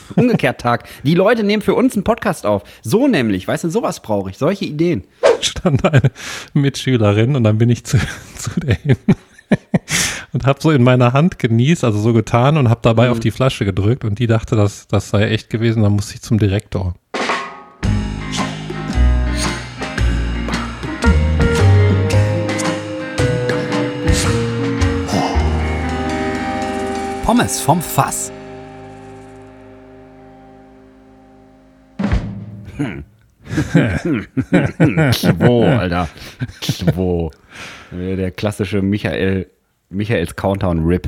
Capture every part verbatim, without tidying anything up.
Umgekehrt Tag. Die Leute nehmen für uns einen Podcast auf. So nämlich, weißt du, sowas brauche ich, solche Ideen. Stand eine Mitschülerin und dann bin ich zu, zu der hin und habe so in meiner Hand genießt, also so getan und habe dabei mhm. auf die Flasche gedrückt und die dachte, das, das sei echt gewesen, dann musste ich zum Direktor. Pommes vom Fass. Hm. Quo, Alter. Quo. Der klassische Michael, Michaels Countdown-Rip.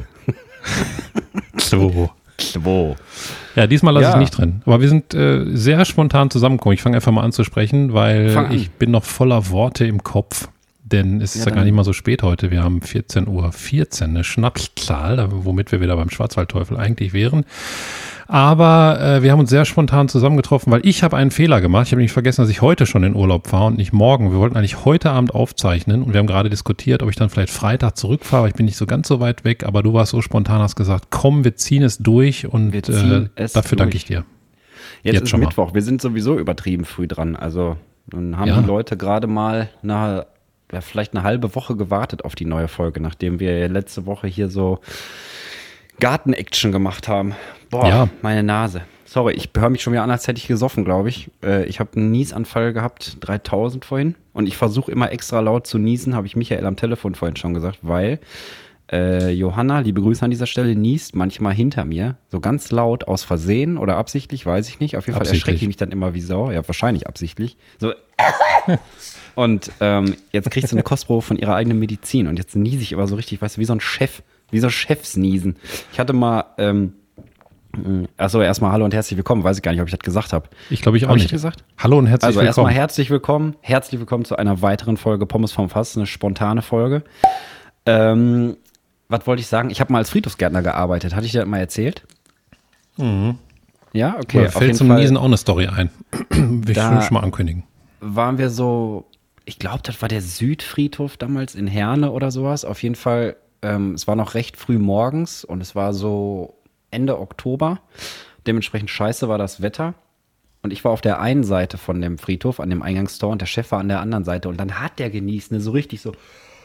Quo. Quo. Ja, diesmal lasse Ja. ich nicht drin. Aber wir sind äh, sehr spontan zusammengekommen. Ich fange einfach mal an zu sprechen, weil Fang an. ich bin noch voller Worte im Kopf. Denn es ist ja, Ja, ja gar nicht mal so spät heute. Wir haben vierzehn Uhr vierzehn, eine Schnapszahl, womit wir wieder beim Schwarzwaldteufel eigentlich wären. Aber äh, wir haben uns sehr spontan zusammengetroffen, weil ich habe einen Fehler gemacht. Ich habe nämlich vergessen, dass ich heute schon in Urlaub fahre und nicht morgen. Wir wollten eigentlich heute Abend aufzeichnen und wir haben gerade diskutiert, ob ich dann vielleicht Freitag zurückfahre. Aber ich bin nicht so ganz so weit weg, aber du warst so spontan, hast gesagt, komm, wir ziehen es durch und Wir ziehen äh, es dafür durch. danke ich dir. Jetzt, Jetzt ist schon mal. Mittwoch. Wir sind sowieso übertrieben früh dran. Also dann haben Ja. die Leute gerade mal eine, ja, vielleicht eine halbe Woche gewartet auf die neue Folge, nachdem wir letzte Woche hier so Garten-Action gemacht haben. Boah, Ja. meine Nase. Sorry, ich höre mich schon wieder an, als hätte ich gesoffen, glaube ich. Äh, ich habe einen Niesanfall gehabt, dreitausend vorhin. Und ich versuche immer extra laut zu niesen, habe ich Michael am Telefon vorhin schon gesagt, weil äh, Johanna, liebe Grüße an dieser Stelle, niest manchmal hinter mir, so ganz laut, aus Versehen oder absichtlich, weiß ich nicht. Auf jeden Fall Absichtlich. erschrecke ich mich dann immer wie Sau. Ja, wahrscheinlich absichtlich. So. Und ähm, jetzt kriegt sie eine Kostprobe von ihrer eigenen Medizin. Und jetzt niese ich aber so richtig, weißt du, wie so ein Chef, wie so Chefsniesen. Ich hatte mal, ähm, achso, erstmal hallo und herzlich willkommen. Weiß ich gar nicht, ob ich das gesagt habe. Ich glaube, ich auch Hab ich nicht. gesagt? Hallo und herzlich Also willkommen. erstmal herzlich willkommen. Herzlich willkommen zu einer weiteren Folge Pommes vom Fass, eine spontane Folge. Ähm, was wollte ich sagen? Ich habe mal als Friedhofsgärtner gearbeitet. Hatte ich dir das mal erzählt? Mhm. Ja, okay. Mir auf fällt jeden zum Fall Niesen auch eine Story ein. Will ich Da- schon mal ankündigen. waren wir so, ich glaube, das war der Südfriedhof damals in Herne oder sowas. Auf jeden Fall, ähm, es war noch recht früh morgens und es war so Ende Oktober. Dementsprechend scheiße war das Wetter. Und ich war auf der einen Seite von dem Friedhof, an dem Eingangstor, und der Chef war an der anderen Seite. Und dann hat der genießt, ne, so richtig so.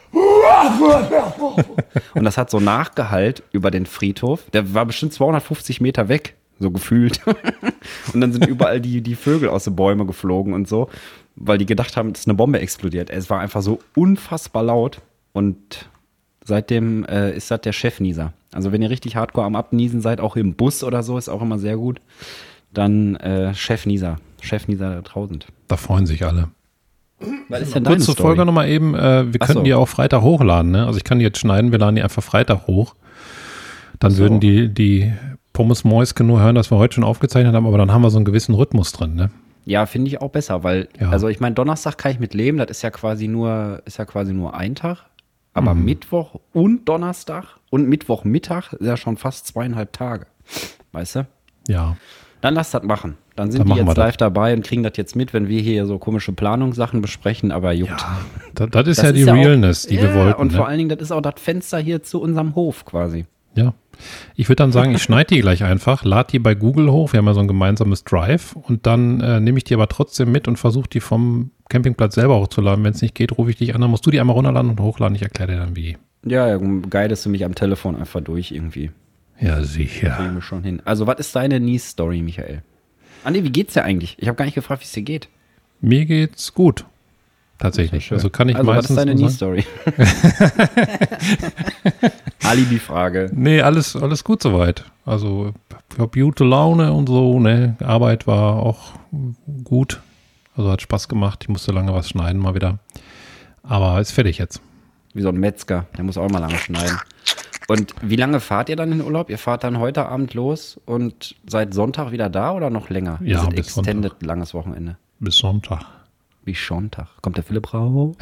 Und das hat so nachgehallt über den Friedhof. Der war bestimmt zweihundertfünfzig Meter weg, so gefühlt. Und dann sind überall die, die Vögel aus den Bäumen geflogen und so, weil die gedacht haben, dass eine Bombe explodiert. Es war einfach so unfassbar laut. Und seitdem äh, ist das der Chefnieser. Also wenn ihr richtig hardcore am Abniesen seid, auch im Bus oder so, ist auch immer sehr gut, dann äh, Chefnieser. Chefnieser tausend. Da freuen sich alle. Was ist denn Kurz zur Folge nochmal eben, äh, wir Ach könnten so. die auch Freitag hochladen, ne? Also ich kann die jetzt schneiden, wir laden die einfach Freitag hoch. Dann Ach so. würden die, die Pommes Mäuske nur hören, dass wir heute schon aufgezeichnet haben, aber dann haben wir so einen gewissen Rhythmus drin, ne? Ja, finde ich auch besser, weil, Ja. also ich meine, Donnerstag kann ich mit leben, das ist ja quasi nur, ist ja quasi nur ein Tag. Aber Mhm. Mittwoch und Donnerstag und Mittwochmittag ist ja schon fast zweieinhalb Tage. Weißt du? Ja. Dann lass das machen. Dann sind Dann die machen wir jetzt das. live dabei und kriegen das jetzt mit, wenn wir hier so komische Planungssachen besprechen, aber juckt. Ja, das, das ist Das ja die ist ja auch- Realness, die ja, wir wollten. Und ne? vor allen Dingen, das ist auch das Fenster hier zu unserem Hof quasi. Ja. Ich würde dann sagen, ich schneide die gleich einfach, lade die bei Google hoch, wir haben ja so ein gemeinsames Drive und dann äh, nehme ich die aber trotzdem mit und versuche die vom Campingplatz selber hochzuladen. Wenn es nicht geht, rufe ich dich an, dann musst du die einmal runterladen und hochladen. Ich erkläre dir dann wie. Ja, ja, guidest du mich am Telefon einfach durch irgendwie. Ja, sicher. Kriegen wir schon hin. Also, was ist deine Nies-Story, Michael? Ah, nee, wie geht's dir eigentlich? Ich habe gar nicht gefragt, wie es dir geht. Mir geht's gut. Tatsächlich. Schön. Also kann ich also, was meistens ist deine nur sagen- Nies-Story? Alibi-Frage. Nee, alles, alles gut soweit. Also ich habe gute Laune und so, ne? Arbeit war auch gut. Also hat Spaß gemacht. Ich musste lange was schneiden mal wieder. Aber ist fertig jetzt. Wie so ein Metzger. Der muss auch mal lange schneiden. Und wie lange fahrt ihr dann in Urlaub? Ihr fahrt dann heute Abend los und seid Sonntag wieder da oder noch länger? Ja, Ist es bis extended Sonntag. langes Wochenende. Bis Sonntag. Wie Sonntag. Kommt der Philipp Rau?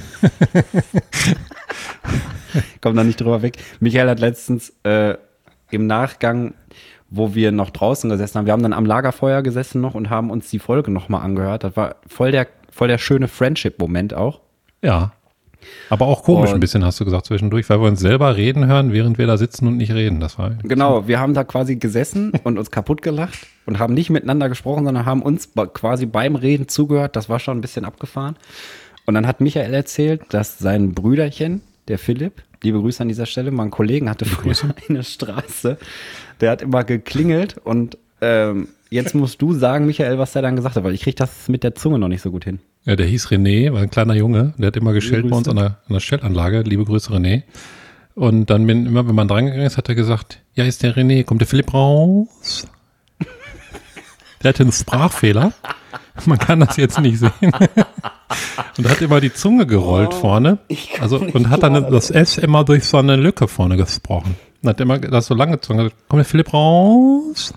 Kommt da nicht drüber weg. Michael hat letztens äh, im Nachgang, wo wir noch draußen gesessen haben, wir haben dann am Lagerfeuer gesessen noch und haben uns die Folge nochmal angehört. Das war voll der, voll der schöne Friendship-Moment auch. Ja. Aber auch komisch Und ein bisschen, hast du gesagt, zwischendurch, weil wir uns selber reden hören, während wir da sitzen und nicht reden. Das war Genau, wir haben da quasi gesessen und uns kaputt gelacht und haben nicht miteinander gesprochen, sondern haben uns ba- quasi beim Reden zugehört. Das war schon ein bisschen abgefahren. Und dann hat Michael erzählt, dass sein Brüderchen, der Philipp, liebe Grüße an dieser Stelle, mal einen Kollegen hatte früher eine Straße, der hat immer geklingelt und ähm, jetzt musst du sagen, Michael, was der dann gesagt hat, weil ich kriege das mit der Zunge noch nicht so gut hin. Ja, der hieß René, war ein kleiner Junge, der hat immer geschellt bei uns an der, an der Stellanlage, liebe Grüße René. Und dann, bin, immer wenn man drangegangen ist, hat er gesagt, ja, ist der René, kommt der Philipp raus? Der hatte einen Sprachfehler, man kann das jetzt nicht sehen. Und hat immer die Zunge gerollt oh, vorne, also und hat dann das S immer durch so eine Lücke vorne gesprochen. Und hat immer das so lange Zunge, kommt der Philipp raus?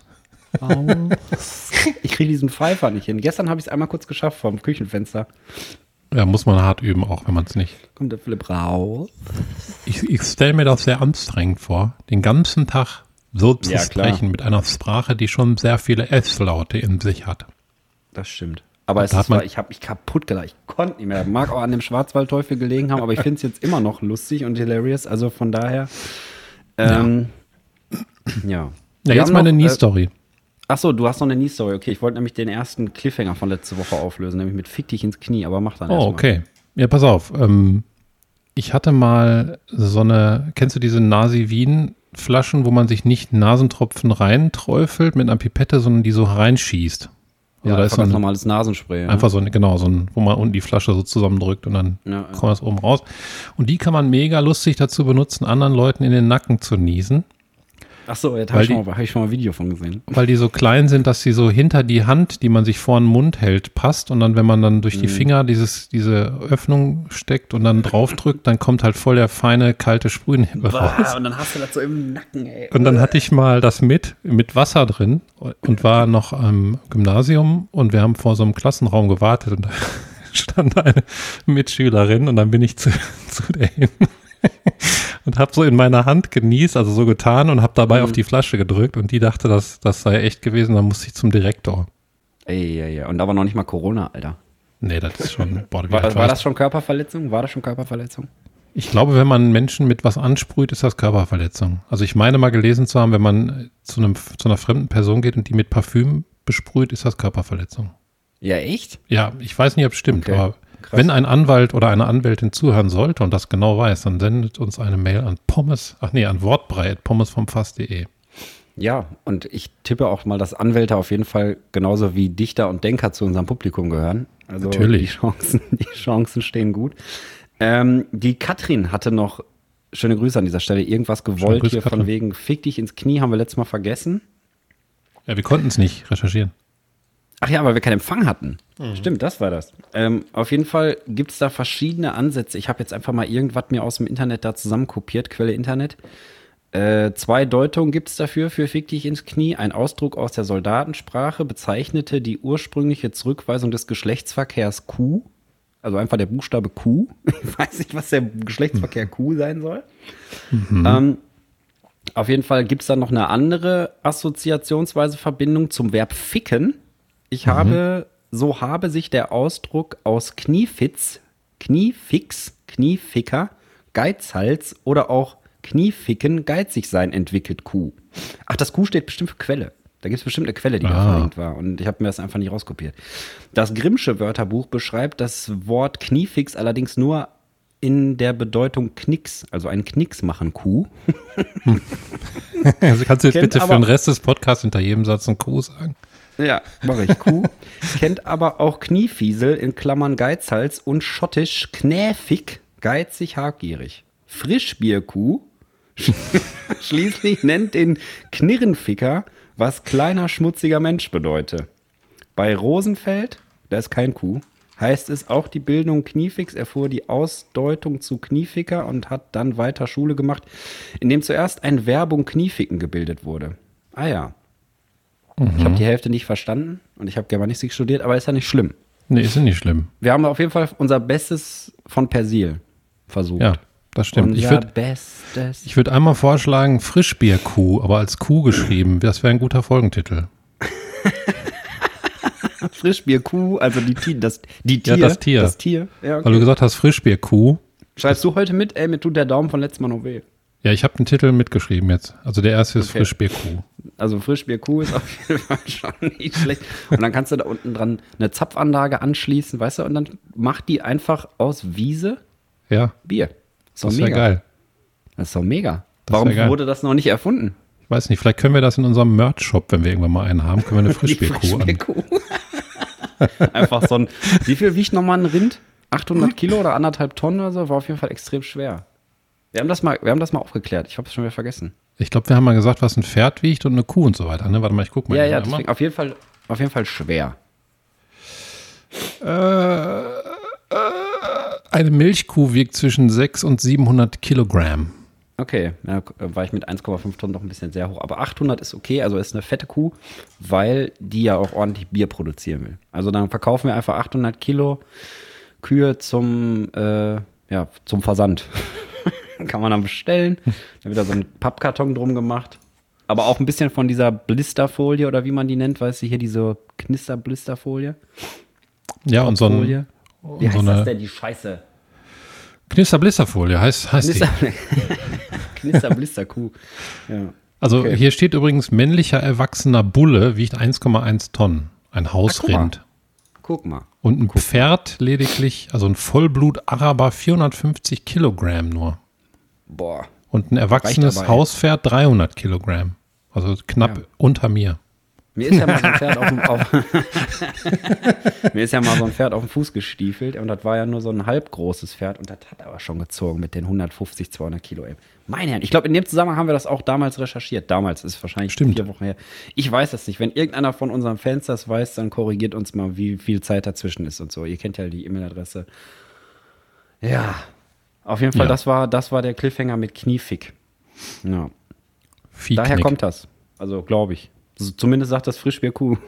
Ich kriege diesen Pfeifer nicht hin. Gestern habe ich es einmal kurz geschafft vom Küchenfenster. Ja, muss man hart üben, auch wenn man es nicht. Kommt der Philipp raus? Ich, ich stelle mir das sehr anstrengend vor, den ganzen Tag so zu Ja, sprechen klar. mit einer Sprache, die schon sehr viele S-Laute in sich hat. Das stimmt. Aber es Da hat ist, man- war, ich habe mich kaputt gelacht. Ich konnte nicht mehr. Mag auch an dem Schwarzwaldteufel gelegen haben, aber ich finde es jetzt immer noch lustig und hilarious. Also von daher, ähm, ja. Ja, Wir jetzt haben meine noch, äh, Nie-Story. Ach so, du hast noch eine Nie-Story. Okay, ich wollte nämlich den ersten Cliffhanger von letzte Woche auflösen, nämlich mit Fick dich ins Knie, aber mach dann Oh, erstmal. okay. Ja, pass auf. Ähm, ich hatte mal so eine, kennst du diese Nasi-Wien-Flaschen, wo man sich nicht Nasentropfen reinträufelt mit einer Pipette, sondern die so reinschießt? Also Ja, da einfach ist so ganz ein, normales Nasenspray. Ja. einfach so ein, genau, so ein, wo man unten die Flasche so zusammendrückt und dann Ja, ja. kommt das oben raus. Und die kann man mega lustig dazu benutzen, anderen Leuten in den Nacken zu niesen. Ach so, da Weil habe ich, die- schon mal- hab ich schon mal ein Video von gesehen. Weil die so klein sind, dass sie so hinter die Hand, die man sich vor den Mund hält, passt. Und dann, wenn man dann durch Mhm. die Finger dieses, diese Öffnung steckt und dann draufdrückt, dann kommt halt voll der feine, kalte Sprühnebel raus. Und dann hast du das so im Nacken, ey. Und dann hatte ich mal das mit, mit Wasser drin und war noch am Gymnasium und wir haben vor so einem Klassenraum gewartet und da stand eine Mitschülerin und dann bin ich zu, zu der hin und habe so in meiner Hand genießt, also so getan und habe dabei Mhm. auf die Flasche gedrückt und die dachte, das, das sei echt gewesen, dann musste ich zum Direktor. Ey, ey, ey. Und da war noch nicht mal Corona, Alter. Nee, das ist schon, boah, wie War, alt war war das ich? schon Körperverletzung? War das schon Körperverletzung? Ich glaube, wenn man Menschen mit was ansprüht, ist das Körperverletzung. Also ich meine mal gelesen zu haben, wenn man zu, einem, zu einer fremden Person geht und die mit Parfüm besprüht, ist das Körperverletzung. Ja, echt? Ja, ich weiß nicht, ob es stimmt, Okay, aber krass. wenn ein Anwalt oder eine Anwältin zuhören sollte und das genau weiß, dann sendet uns eine Mail an pommes, ach nee, an wortbrei at pommes vom fass punkt de. Ja, und ich tippe auch mal, dass Anwälte auf jeden Fall genauso wie Dichter und Denker zu unserem Publikum gehören. Also Natürlich. Die Chancen, die Chancen stehen gut. Ähm, die Katrin hatte noch, schöne Grüße an dieser Stelle, irgendwas gewollt Grüße, hier von Katrin. wegen Fick dich ins Knie, haben wir letztes Mal vergessen. Ja, wir konnten es nicht recherchieren. Ach ja, weil wir keinen Empfang hatten. Stimmt, das war das. Ähm, auf jeden Fall gibt es da verschiedene Ansätze. Ich habe jetzt einfach mal irgendwas mir aus dem Internet da zusammenkopiert, Quelle Internet. Äh, zwei Deutungen gibt es dafür, für Fick dich ins Knie. Ein Ausdruck aus der Soldatensprache bezeichnete die ursprüngliche Zurückweisung des Geschlechtsverkehrs Q. Also einfach der Buchstabe Q. Ich weiß nicht, was der Geschlechtsverkehr Q sein soll. Ähm, auf jeden Fall gibt es dann noch eine andere Assoziationsweise, Verbindung zum Verb ficken. Ich habe, so habe sich der Ausdruck aus Kniefitz, Kniefix, Knieficker, Geizhals oder auch Knieficken, geizig sein entwickelt Q. Ach, das Q steht bestimmt für Quelle. Da gibt es bestimmt eine Quelle, die da Ah. verlinkt war. Und ich habe mir das einfach nicht rauskopiert. Das Grimmsche Wörterbuch beschreibt das Wort Kniefix allerdings nur in der Bedeutung Knicks, also ein Knicks machen Q. Also kannst du jetzt Kennt bitte für aber- den Rest des Podcasts hinter jedem Satz ein Q sagen? Ja, mache ich. Q. Kennt aber auch Kniefiesel in Klammern Geizhals und schottisch Knäfig, geizig, habgierig. Frischbier-Q schließlich nennt den Knirrenficker, was kleiner, schmutziger Mensch bedeutet. Bei Rosenfeld, da ist kein Q, heißt es auch die Bildung Kniefix erfuhr die Ausdeutung zu Knieficker und hat dann weiter Schule gemacht, indem zuerst ein Verbum Knieficken gebildet wurde. Ah ja. Ich habe die Hälfte nicht verstanden und ich habe Germanistik studiert, aber ist ja nicht schlimm. Nee, ist ja nicht schlimm. Wir haben auf jeden Fall unser Bestes von Persil versucht. Ja, das stimmt. Unser Ich würde Bestes. ich würd einmal vorschlagen, Frischbier-Q, aber als Q geschrieben. Das wäre ein guter Folgentitel. Frischbier Kuh, also die Tier, das die Tier, Ja, das Tier. das Tier. Ja, okay. Weil du gesagt hast, Frischbier-Q. Schreibst du heute mit? Ey, mir tut der Daumen von letztem Mal noch weh. Ja, ich habe den Titel mitgeschrieben jetzt. Also der erste ist Okay. Frischbierkuh. Also Frischbierkuh ist auf jeden Fall schon nicht schlecht. Und dann kannst du da unten dran eine Zapfanlage anschließen, weißt du? Und dann macht die einfach aus Wiese Ja, Bier. Ist doch das wäre mega. geil. Das ist doch mega. Das Warum wär geil. wurde das noch nicht erfunden? Ich weiß nicht, vielleicht können wir das in unserem Merch-Shop, wenn wir irgendwann mal einen haben, können wir eine Die Frischbierkuh an. Frischbierkuh. Einfach so ein, wie viel wiegt nochmal ein Rind? achthundert Kilo oder anderthalb Tonnen oder so? War auf jeden Fall extrem schwer. Wir haben das mal, wir haben das mal aufgeklärt. Ich habe es schon wieder vergessen. Ich glaube, wir haben mal gesagt, was ein Pferd wiegt und eine Kuh und so weiter. Ne? Warte mal, ich guck mal. Ja, eben ja, einmal. deswegen auf jeden Fall, auf jeden Fall schwer. Äh, äh, eine Milchkuh wiegt zwischen sechshundert und siebenhundert Kilogramm. Okay, ja, war ich mit eins Komma fünf Tonnen noch ein bisschen sehr hoch. Aber achthundert ist okay, also ist eine fette Kuh, weil die ja auch ordentlich Bier produzieren will. Also dann verkaufen wir einfach achthundert Kilo Kühe zum, äh, ja, zum Versand. Kann man dann bestellen. Dann wird da so ein Pappkarton drum gemacht. Aber auch ein bisschen von dieser Blisterfolie oder wie man die nennt, weißt du, hier diese Knister-Blisterfolie. Ja, und so, ein, Folie. und Wie heißt so das eine denn, die Scheiße? Knister-Blisterfolie heißt, heißt die. Knister, Knister-Blisterkuh. Ja. Also Okay. hier steht übrigens, männlicher erwachsener Bulle wiegt eins Komma eins Tonnen. Ein Hausrind. Guck mal. Und ein Pferd lediglich, also ein Vollblut-Araber vierhundertfünfzig Kilogramm nur. Boah. Und ein erwachsenes dabei. Hauspferd dreihundert Kilogramm. Also knapp Ja. unter mir. Mir ist ja mal so ein Pferd auf dem, auf Mir ist ja mal so ein Pferd auf den Fuß gestiefelt und das war ja nur so ein halb großes Pferd und das hat aber schon gezogen mit den hundertfünfzig, zweihundert Kilo. Ey. Meine Herren, ich glaube, in dem Zusammenhang haben wir das auch damals recherchiert. Damals ist wahrscheinlich Stimmt. vier Wochen her. Ich weiß das nicht. Wenn irgendeiner von unseren Fans das weiß, dann korrigiert uns mal, wie viel Zeit dazwischen ist und so. Ihr kennt ja die E-Mail-Adresse. Ja, auf jeden Fall, Ja. das war, das war der Cliffhanger mit Kniefick. Ja. Viehknick. Daher kommt das. Also, glaube ich. Also, zumindest sagt das Frischbierkuh.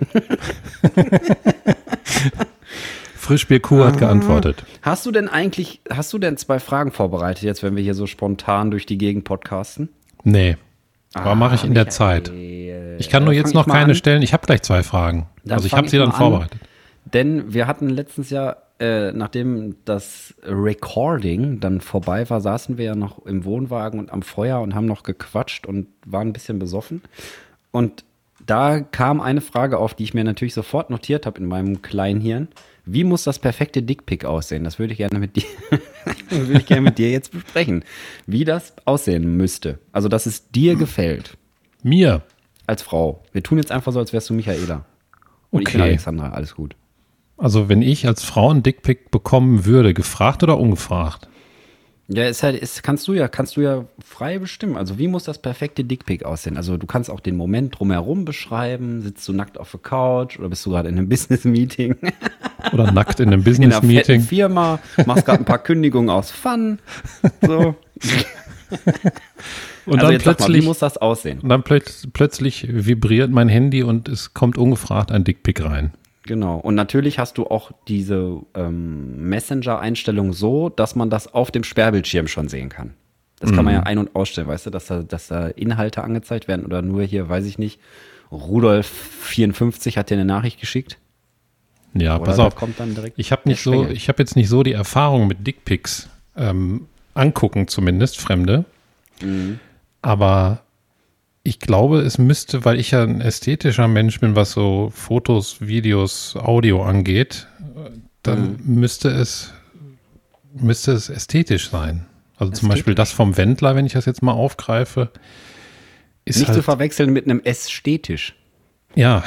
Frischbierkuh hat geantwortet. Hast du denn eigentlich, hast du denn zwei Fragen vorbereitet, jetzt, wenn wir hier so spontan durch die Gegend podcasten? Nee. Aber mache ich in der Michael. Zeit. Ich kann nur Dann jetzt fang noch ich mal keine an. stellen. Ich habe gleich zwei Fragen. Dann also ich fang habe ich sie dann mal an. vorbereitet. Denn wir hatten letztens ja, äh, nachdem das Recording dann vorbei war, saßen wir ja noch im Wohnwagen und am Feuer und haben noch gequatscht und waren ein bisschen besoffen. Und da kam eine Frage auf, die ich mir natürlich sofort notiert habe in meinem kleinen Hirn. Wie muss das perfekte Dickpick aussehen? Das würde ich gerne mit dir, würde ich gerne mit dir jetzt besprechen. Wie das aussehen müsste. Also, dass es dir gefällt. Mir. Als Frau. Wir tun jetzt einfach so, als wärst du Michaela. Und ich bin Okay. Alexandra. Alles gut. Also wenn ich als Frau einen Dickpick bekommen würde, gefragt oder ungefragt? Ja, ist halt, ist, kannst du ja, kannst du ja frei bestimmen. Also wie muss das perfekte Dickpick aussehen? Also du kannst auch den Moment drumherum beschreiben. Sitzt du nackt auf der Couch oder bist du gerade in einem Business-Meeting Oder nackt in einem in einer fetten Business-Meeting? Firma, machst gerade ein paar Kündigungen aus Fun. So. Und Also dann jetzt sag mal, wie plötzlich, muss das aussehen? und dann plötz, plötzlich vibriert mein Handy und es kommt ungefragt ein Dickpick rein. Genau. Und natürlich hast du auch diese ähm, Messenger-Einstellung so, dass man das auf dem Sperrbildschirm schon sehen kann. Das kann man ja ein- und ausstellen, weißt du, dass da, dass da Inhalte angezeigt werden oder nur hier, weiß ich nicht, Rudolf vierundfünfzig hat dir eine Nachricht geschickt. Ja, Oder pass das auf. kommt dann direkt Ich habe nicht der so, Schwengel. ich habe jetzt nicht so die Erfahrung mit Dickpics ähm, angucken, zumindest Fremde. Mhm. Aber ich glaube, es müsste, weil ich ja ein ästhetischer Mensch bin, was so Fotos, Videos, Audio angeht, dann Mhm. müsste es müsste es ästhetisch sein. Also zum Beispiel Ästhetisch. das vom Wendler, wenn ich das jetzt mal aufgreife, ist Nicht halt, zu verwechseln mit einem Ästhetisch. ja,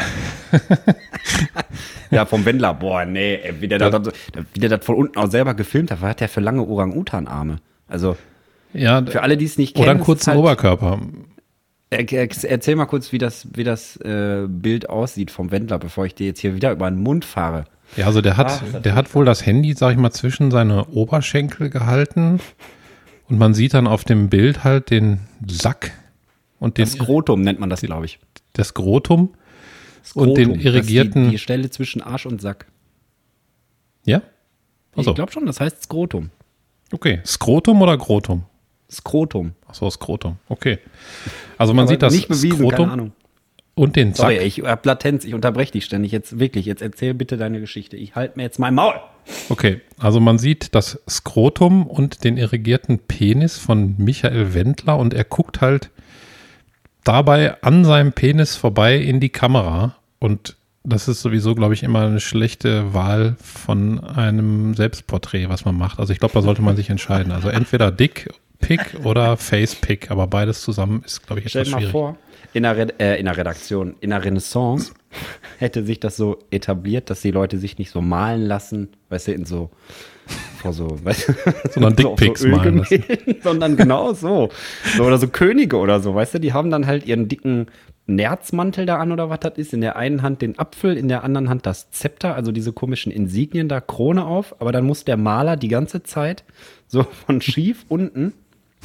Ja, vom Wendler. Boah, nee, ey, wie der, Ja. da, wie der das von unten aus selber gefilmt hat, was hat der für lange Orang-Utan-Arme? Also, ja, für alle, die es nicht kennen. oder einen es kurzen ist halt, Oberkörper. Er, er, erzähl mal kurz, wie das, wie das äh, Bild aussieht vom Wendler, bevor ich dir jetzt hier wieder über den Mund fahre. Ja, also der hat, Ach, ist das der hat wohl das Handy, sag ich mal, zwischen seine Oberschenkel gehalten und man sieht dann auf dem Bild halt den Sack und den, Das Skrotum nennt man das, glaube ich. das Skrotum Skrotum. und den Das ist irrigierten, Die, die Stelle zwischen Arsch und Sack. ja? Achso, Ich glaube schon, das heißt Skrotum. okay. Skrotum oder Grotum? Skrotum. Achso, Skrotum, okay. Also man Aber sieht das nicht bewiesen, keine Skrotum Ahnung. und den Sack. Sorry, ich hab Latenz, ich unterbreche dich ständig. Jetzt wirklich, jetzt erzähl bitte deine Geschichte. Ich halte mir jetzt mein Maul. Okay, also man sieht das Skrotum und den irrigierten Penis von Michael Wendler und er guckt halt dabei an seinem Penis vorbei in die Kamera und das ist sowieso, glaube ich, immer eine schlechte Wahl von einem Selbstporträt, was man macht. Also ich glaube, da sollte man sich entscheiden. Also entweder Dick-Pick oder Face-Pick, aber beides zusammen ist, glaube ich, etwas Stell dir mal schwierig. vor, in der, Red äh, in der Redaktion, in der Renaissance hätte sich das so etabliert, dass die Leute sich nicht so malen lassen, weißt du, in so, vor so, weißt du, Sondern so auf Dickpics so malen lassen. Ölgemälden, sondern genau so. so. Oder so Könige oder so, weißt du, die haben dann halt ihren dicken Nerzmantel da an oder was das ist, in der einen Hand den Apfel, in der anderen Hand das Zepter, also diese komischen Insignien da, Krone auf, aber dann muss der Maler die ganze Zeit so von schief unten.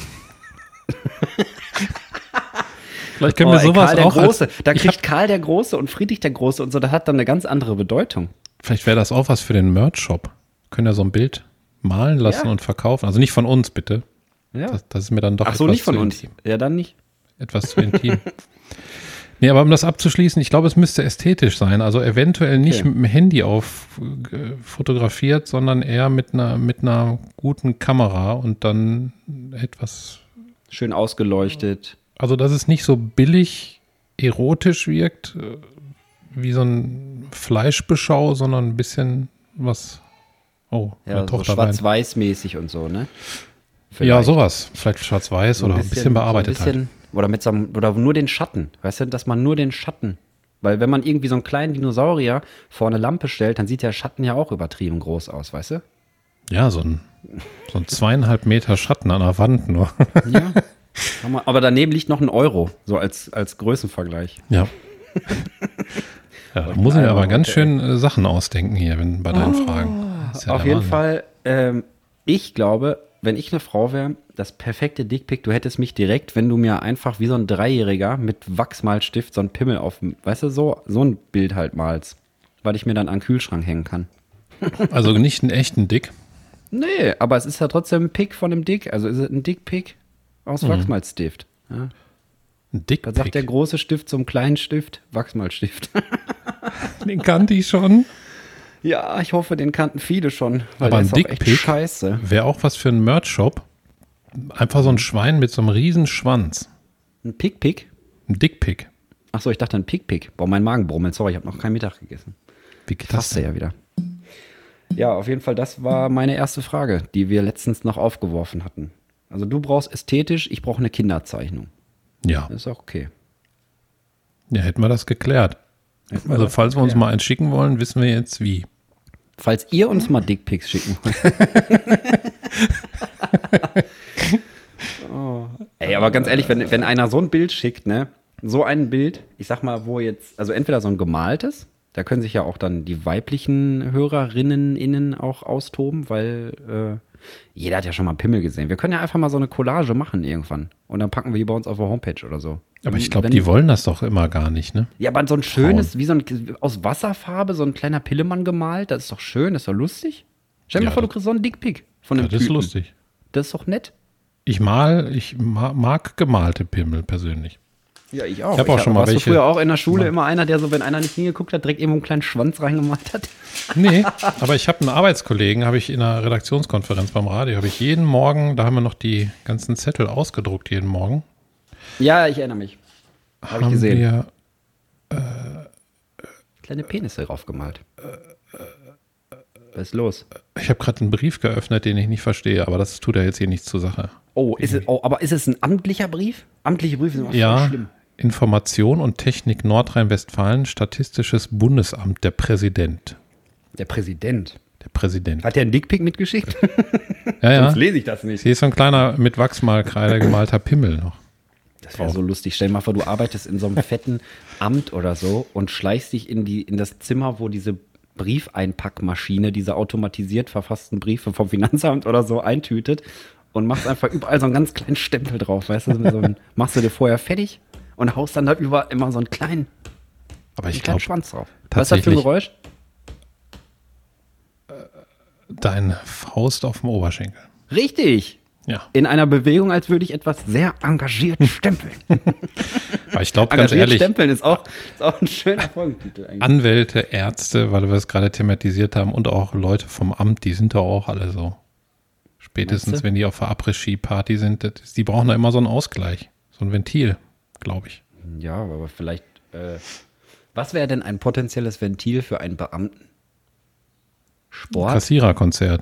Vielleicht können wir ey, sowas Karl der auch Große, als, da ich kriegt hab, Karl der Große und Friedrich der Große und so, das hat dann eine ganz andere Bedeutung. vielleicht wäre das auch was für den Merch-Shop. Können ja so ein Bild malen lassen Ja. und verkaufen. Also nicht von uns, bitte. Ja. Das, das ist mir dann doch Ach so, etwas nicht von zu uns. intim. Ja, dann nicht. Etwas zu intim. Nee, aber um das abzuschließen, ich glaube, es müsste ästhetisch sein. Also eventuell nicht Okay. mit dem Handy auf äh, fotografiert, sondern eher mit einer, mit einer guten Kamera und dann etwas, Schön ausgeleuchtet. also dass es nicht so billig erotisch wirkt, äh, wie so ein Fleischbeschau, sondern ein bisschen was, oh, Ja, meine so Tochter weint. schwarz-weiß-mäßig und so, ne? Ja, Vielleicht. sowas. Vielleicht schwarz-weiß So oder ein bisschen bearbeitet so ein bisschen, halt. Oder mit so einem, oder nur den Schatten. Weißt du, dass man nur den Schatten. Weil wenn man irgendwie so einen kleinen Dinosaurier vor eine Lampe stellt, dann sieht der Schatten ja auch übertrieben groß aus, weißt du? Ja, so ein, so ein zweieinhalb Meter Schatten an der Wand nur. Ja. Aber daneben liegt noch ein Euro, so als, als Größenvergleich. Ja. Ja, da muss ich mir aber ganz schön äh, Sachen ausdenken hier, wenn bei deinen Fragen. Das ist ja Auf der jeden Wahnsinn. Fall, ähm, ich glaube, wenn ich eine Frau wäre, das perfekte Dickpick, du hättest mich direkt, wenn du mir einfach wie so ein Dreijähriger mit Wachsmalstift so ein Pimmel auf, weißt du, so, so ein Bild halt malst, weil ich mir dann an den Kühlschrank hängen kann. Also nicht einen echten Dick. Nee, aber es ist ja trotzdem ein Pick von einem Dick, also ist es ein Dickpick aus Wachsmalstift. Ja. Ein Da sagt der Dickpick. große Stift zum kleinen Stift, Wachsmalstift. Den kannte ich schon. Ja, ich hoffe, den kannten viele schon, weil Aber der ein ist auch echt Dickpick scheiße. wäre auch was für einen Merch-Shop. Einfach so ein Schwein mit so einem riesen Schwanz. Ein Pick-Pick? Ein Dickpick. Achso, ich dachte ein Pick-Pick. Boah, mein Magen brummelt. Sorry, ich habe noch keinen Mittag gegessen. Wie geht das Passt denn? ja wieder. Ja, auf jeden Fall, das war meine erste Frage, die wir letztens noch aufgeworfen hatten. Also du brauchst ästhetisch, ich brauche eine Kinderzeichnung. Ja. Das ist auch okay. Ja, hätten wir das geklärt. wir Also das falls wir uns geklärt. mal einen schicken wollen, wissen wir jetzt wie. Falls ihr uns mal Dickpics schicken wollt. oh. Ey, aber ganz ehrlich, wenn, wenn einer so ein Bild schickt, ne, so ein Bild, ich sag mal, wo jetzt, also entweder so ein gemaltes, da können sich ja auch dann die weiblichen Hörerinnen innen auch austoben, weil äh, jeder hat ja schon mal Pimmel gesehen. Wir können ja einfach mal so eine Collage machen irgendwann und dann packen wir die bei uns auf der Homepage oder so. Aber ich glaube, Wenn- die wollen das doch immer gar nicht, ne? Ja, aber so ein schönes, wie so ein, aus Wasserfarbe, so ein kleiner Pillemann gemalt, das ist doch schön, das ist doch lustig. Stell dir Ja, mal vor, du das- kriegst so einen Dickpick von Ja, einem das ist Typen. lustig. Das ist doch nett. Ich mal, ich ma- mag gemalte Pimmel persönlich. Ja, ich auch. Ich hab auch schon mal warst welche- du früher auch in der Schule immer einer, der so, wenn einer nicht hingeguckt hat, direkt irgendwo einen kleinen Schwanz reingemalt hat? Nee, aber ich habe einen Arbeitskollegen, habe ich in einer Redaktionskonferenz beim Radio, habe ich jeden Morgen, da haben wir noch die ganzen Zettel ausgedruckt jeden Morgen. Ja, ich erinnere mich. Hab ich haben gesehen. wir Kleine Penisse draufgemalt. Was ist los? Ich habe gerade einen Brief geöffnet, den ich nicht verstehe, aber das tut ja jetzt hier nichts zur Sache. Oh, ist es, oh, aber ist es ein amtlicher Brief? Amtliche Briefe sind immer voll Ja, schlimm. Information und Technik Nordrhein-Westfalen, Statistisches Bundesamt, der Präsident. Der Präsident. Der Präsident. Hat der einen Dickpick mitgeschickt? Ja, ja. Sonst lese ich das nicht. Hier ist so ein kleiner mit Wachsmalkreide gemalter Pimmel noch. Das wäre so lustig. Stell dir mal vor, du arbeitest in so einem fetten Amt oder so und schleichst dich in, die, in das Zimmer, wo diese Briefeinpackmaschine, diese automatisiert verfassten Briefe vom Finanzamt oder so eintütet und machst einfach überall so einen ganz kleinen Stempel drauf, weißt du? So ein, machst du dir vorher fertig und haust dann da über immer so einen kleinen, Aber einen ich kleinen glaube, Schwanz drauf. Was ist das für ein tatsächlich- Geräusch? deine Faust auf dem Oberschenkel. Richtig. Ja. In einer Bewegung, als würde ich etwas sehr engagiert stempeln. Aber ich glaube, ganz ehrlich, stempeln ist auch, ist auch ein schöner Folgentitel eigentlich. Anwälte, Ärzte, weil wir es gerade thematisiert haben, und auch Leute vom Amt, die sind da auch alle so. Spätestens, wenn die auf der Après-Ski-Party sind, das, die brauchen da immer so einen Ausgleich, so ein Ventil, glaube ich. Ja, aber vielleicht, äh, was wäre denn ein potenzielles Ventil für einen Beamten? Sport? Kassiererkonzert.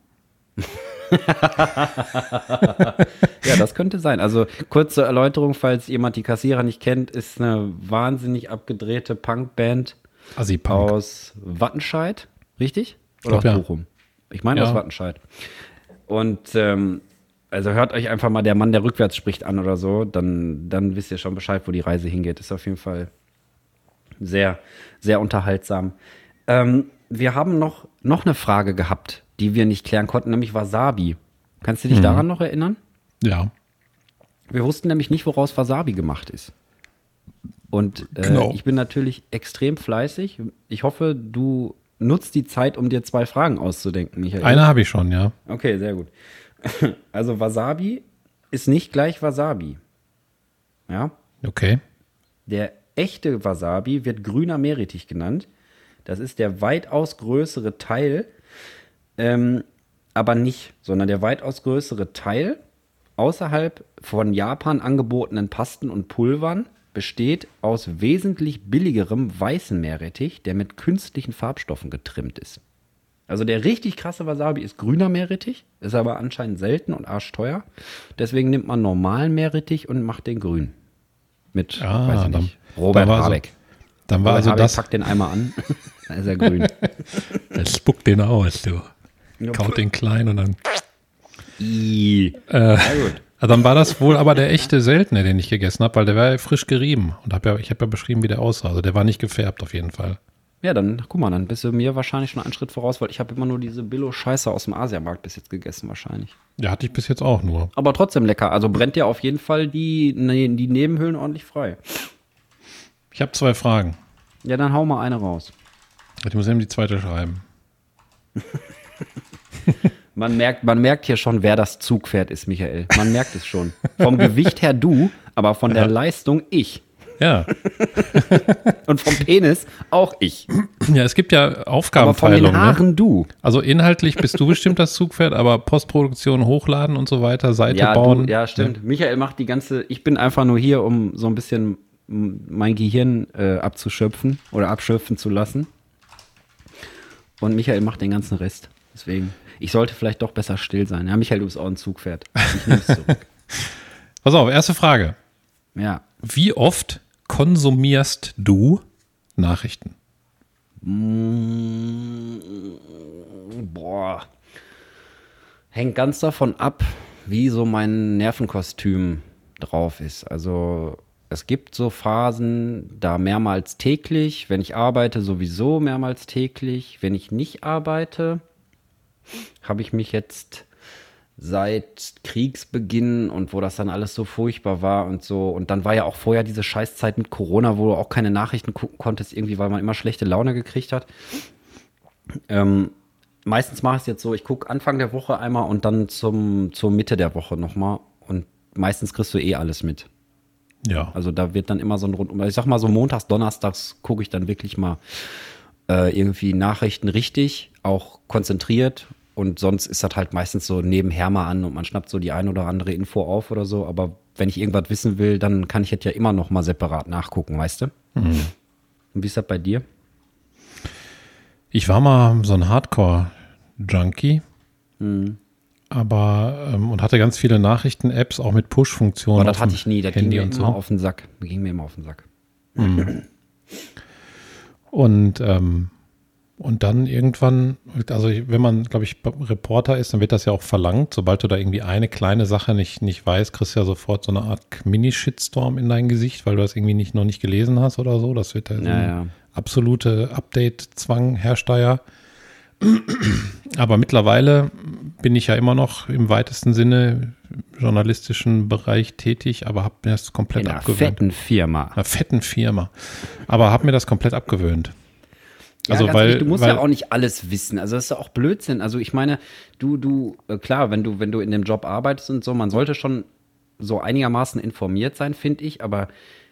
Ja, das könnte sein. Also kurze Erläuterung, falls jemand die Kassierer nicht kennt, ist eine wahnsinnig abgedrehte Punkband Assi-Punk. aus Wattenscheid, richtig? Oder glaub, aus ja. Bochum? Ich meine Ja. aus Wattenscheid. Und ähm, also hört euch einfach mal der Mann, der rückwärts spricht, an oder so, dann, dann wisst ihr schon Bescheid, wo die Reise hingeht. Ist auf jeden Fall sehr, sehr unterhaltsam. Ähm, wir haben noch, noch eine Frage gehabt, die wir nicht klären konnten, nämlich Wasabi. Kannst du dich Mhm. daran noch erinnern? Ja. Wir wussten nämlich nicht, woraus Wasabi gemacht ist. Und äh, Genau. ich bin natürlich extrem fleißig. Ich hoffe, du nutzt die Zeit, um dir zwei Fragen auszudenken, Michael. Eine habe ich schon, ja. Okay, sehr gut. Also Wasabi ist nicht gleich Wasabi. Ja? Okay. Der echte Wasabi wird grüner Meerrettich genannt. Das ist der weitaus größere Teil, ähm, aber nicht, sondern der weitaus größere Teil außerhalb von Japan angebotenen Pasten und Pulvern besteht aus wesentlich billigerem weißen Meerrettich, der mit künstlichen Farbstoffen getrimmt ist. Also der richtig krasse Wasabi ist grüner Meerrettich, ist aber anscheinend selten und arschteuer. Deswegen nimmt man normalen Meerrettich und macht den grün. Mit, Ah, weiß ich dann- nicht, Robert dann war so- Habeck. Dann war Robert also Habeck das, packt den einmal an, dann ist er grün. er spuckt den aus, du. Kaut den klein und dann, Ih. äh, Na gut. also dann war das wohl aber der echte Seltene, den ich gegessen habe, weil der war ja frisch gerieben. Und hab ja, ich habe ja beschrieben, wie der aussah. Also der war nicht gefärbt auf jeden Fall. Ja, dann guck mal, dann bist du mir wahrscheinlich schon einen Schritt voraus, weil ich habe immer nur diese Billo-Scheiße aus dem Asiamarkt bis jetzt gegessen wahrscheinlich. Ja, hatte ich bis jetzt auch nur. Aber trotzdem lecker. Also brennt dir auf jeden Fall die, ne, die Nebenhöhlen ordentlich frei. Ich habe zwei Fragen. Ja, dann hau mal eine raus. Ich muss eben die zweite schreiben. Man merkt, man merkt hier schon, wer das Zugpferd ist, Michael. Man merkt es schon. Vom Gewicht her du, aber von der Leistung ich. Ja. Und vom Penis auch ich. Ja, es gibt ja Aber von Aufgabenteilung. den Ne? Haaren du. Also inhaltlich bist du bestimmt das Zugpferd, aber Postproduktion, Hochladen und so weiter, Seite Ja, bauen. du, ja, stimmt. Michael macht die ganze, ich bin einfach nur hier, um so ein bisschen m, mein Gehirn äh, abzuschöpfen oder abschöpfen zu lassen. Und Michael macht den ganzen Rest. Deswegen, ich sollte vielleicht doch besser still sein. Ja, Michael, du bist auch ein Zugpferd. Ich nehme es zurück. Pass auf, erste Frage. Ja. Wie oft konsumierst du Nachrichten? Mm, boah. Hängt ganz davon ab, wie so mein Nervenkostüm drauf ist. Also es gibt so Phasen, da mehrmals täglich. Wenn ich arbeite, sowieso mehrmals täglich. Wenn ich nicht arbeite, habe ich mich jetzt seit Kriegsbeginn und wo das dann alles so furchtbar war und so. Und dann war ja auch vorher diese Scheißzeit mit Corona, wo du auch keine Nachrichten gucken konntest, irgendwie, weil man immer schlechte Laune gekriegt hat. Ähm, meistens mache ich es jetzt so, ich gucke Anfang der Woche einmal und dann zum, zur Mitte der Woche nochmal. Und meistens kriegst du eh alles mit. Ja. Also da wird dann immer so ein Rundum. Ich sag mal so montags, donnerstags gucke ich dann wirklich mal äh, irgendwie Nachrichten richtig, auch konzentriert. Und sonst ist das halt meistens so nebenher mal an und man schnappt so die ein oder andere Info auf oder so. Aber wenn ich irgendwas wissen will, dann kann ich jetzt ja immer noch mal separat nachgucken, weißt du? Mhm. Und wie ist das bei dir? Ich war mal so ein Hardcore-Junkie, Mhm. aber ähm, und hatte ganz viele Nachrichten-Apps, auch mit Push-Funktionen. Aber das auf hatte dem ich nie. Das ging Handy mir und immer so. auf den Sack. Das ging mir immer auf den Sack. Und, ähm, und dann irgendwann, also ich- wenn man, glaube ich, Reporter ist, dann wird das ja auch verlangt. Sobald du da irgendwie eine kleine Sache nicht, nicht weißt, kriegst du ja sofort so eine Art Mini-Shitstorm in dein Gesicht, weil du das irgendwie nicht, noch nicht gelesen hast oder so. Das wird ja so Ja, ein ja. absolute Update-Zwang herrscht da ja. Aber mittlerweile bin ich ja immer noch im weitesten Sinne im journalistischen Bereich tätig, aber habe mir das komplett In einer abgewöhnt. fetten Firma. Einer fetten Firma. Aber habe mir das komplett abgewöhnt. Ja, Also ganz weil, ehrlich, du musst weil, ja auch nicht alles wissen. Also das ist ja auch Blödsinn. Also ich meine, du, du, äh, klar, wenn du, wenn du in dem Job arbeitest und so, man sollte schon so einigermaßen informiert sein, finde ich, aber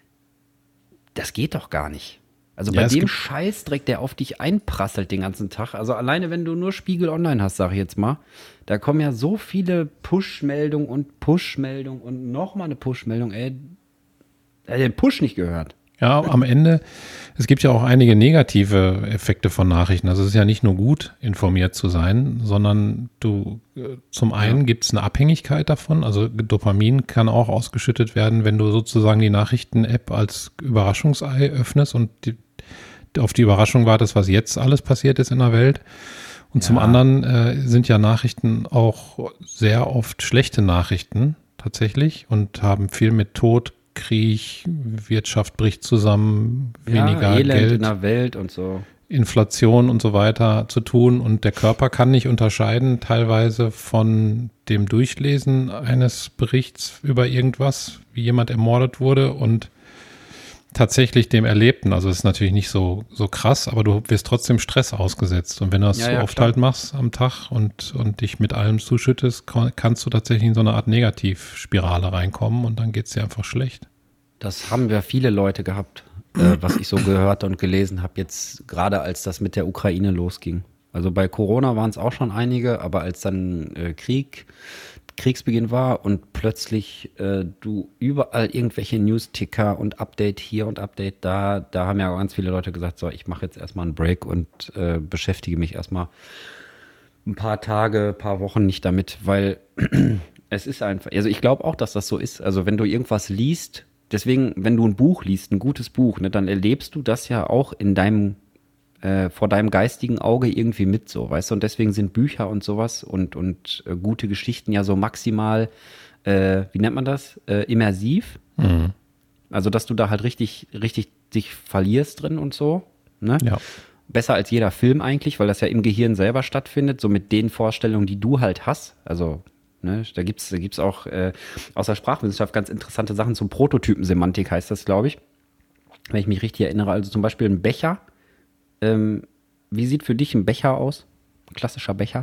das geht doch gar nicht. Also bei Ja, es dem gibt- Scheißdreck, der auf dich einprasselt den ganzen Tag, also alleine wenn du nur Spiegel Online hast, sag ich jetzt mal, da kommen ja so viele Push-Meldungen und Push-Meldungen und nochmal eine Push-Meldung, ey, ey, den Push nicht gehört. Ja, am Ende, es gibt ja auch einige negative Effekte von Nachrichten. Also es ist ja nicht nur gut, informiert zu sein, sondern du, äh, zum einen gibt es eine Abhängigkeit davon. Also Dopamin kann auch ausgeschüttet werden, wenn du sozusagen die Nachrichten-App als Überraschungsei öffnest und die, auf die Überraschung wartest, was jetzt alles passiert ist in der Welt. Und zum Ja. anderen äh, sind ja Nachrichten auch sehr oft schlechte Nachrichten tatsächlich und haben viel mit Tod, Krieg, Wirtschaft bricht zusammen, weniger ja, Elend Geld, in der Welt und so. Inflation und so weiter zu tun. Und der Körper kann nicht unterscheiden, teilweise von dem Durchlesen eines Berichts über irgendwas, wie jemand ermordet wurde und tatsächlich dem Erlebten. Also es ist natürlich nicht so, so krass, aber du wirst trotzdem Stress ausgesetzt. Und wenn du das Ja, so ja, oft klar. halt machst am Tag und, und dich mit allem zuschüttest, kann- kannst du tatsächlich in so eine Art Negativspirale reinkommen und dann geht's dir einfach schlecht. Das haben wir viele Leute gehabt, äh, was ich so gehört und gelesen habe, jetzt gerade als das mit der Ukraine losging. Also bei Corona waren es auch schon einige, aber als dann äh, Krieg, Kriegsbeginn war und plötzlich äh, du überall irgendwelche News-Ticker und Update hier und Update da, da haben ja ganz viele Leute gesagt, so, ich mache jetzt erstmal einen Break und äh, beschäftige mich erstmal ein paar Tage, paar Wochen nicht damit, weil es ist einfach, also ich glaube auch, dass das so ist. Also wenn du irgendwas liest, deswegen, wenn du ein Buch liest, ein gutes Buch, ne, dann erlebst du das ja auch in deinem, äh, vor deinem geistigen Auge irgendwie mit so, weißt du? Und deswegen sind Bücher und sowas und, und äh, gute Geschichten ja so maximal, äh, wie nennt man das? Äh, immersiv. Mhm. Also, dass du da halt richtig, richtig dich verlierst drin und so, ne? Ja. Besser als jeder Film eigentlich, weil das ja im Gehirn selber stattfindet, so mit den Vorstellungen, die du halt hast. Also, ne, da gibt's, da gibt's auch äh, aus der Sprachwissenschaft ganz interessante Sachen zum Prototypensemantik, heißt das, glaube ich. Wenn ich mich richtig erinnere. Also zum Beispiel ein Becher. Ähm, wie sieht für dich ein Becher aus? Ein klassischer Becher?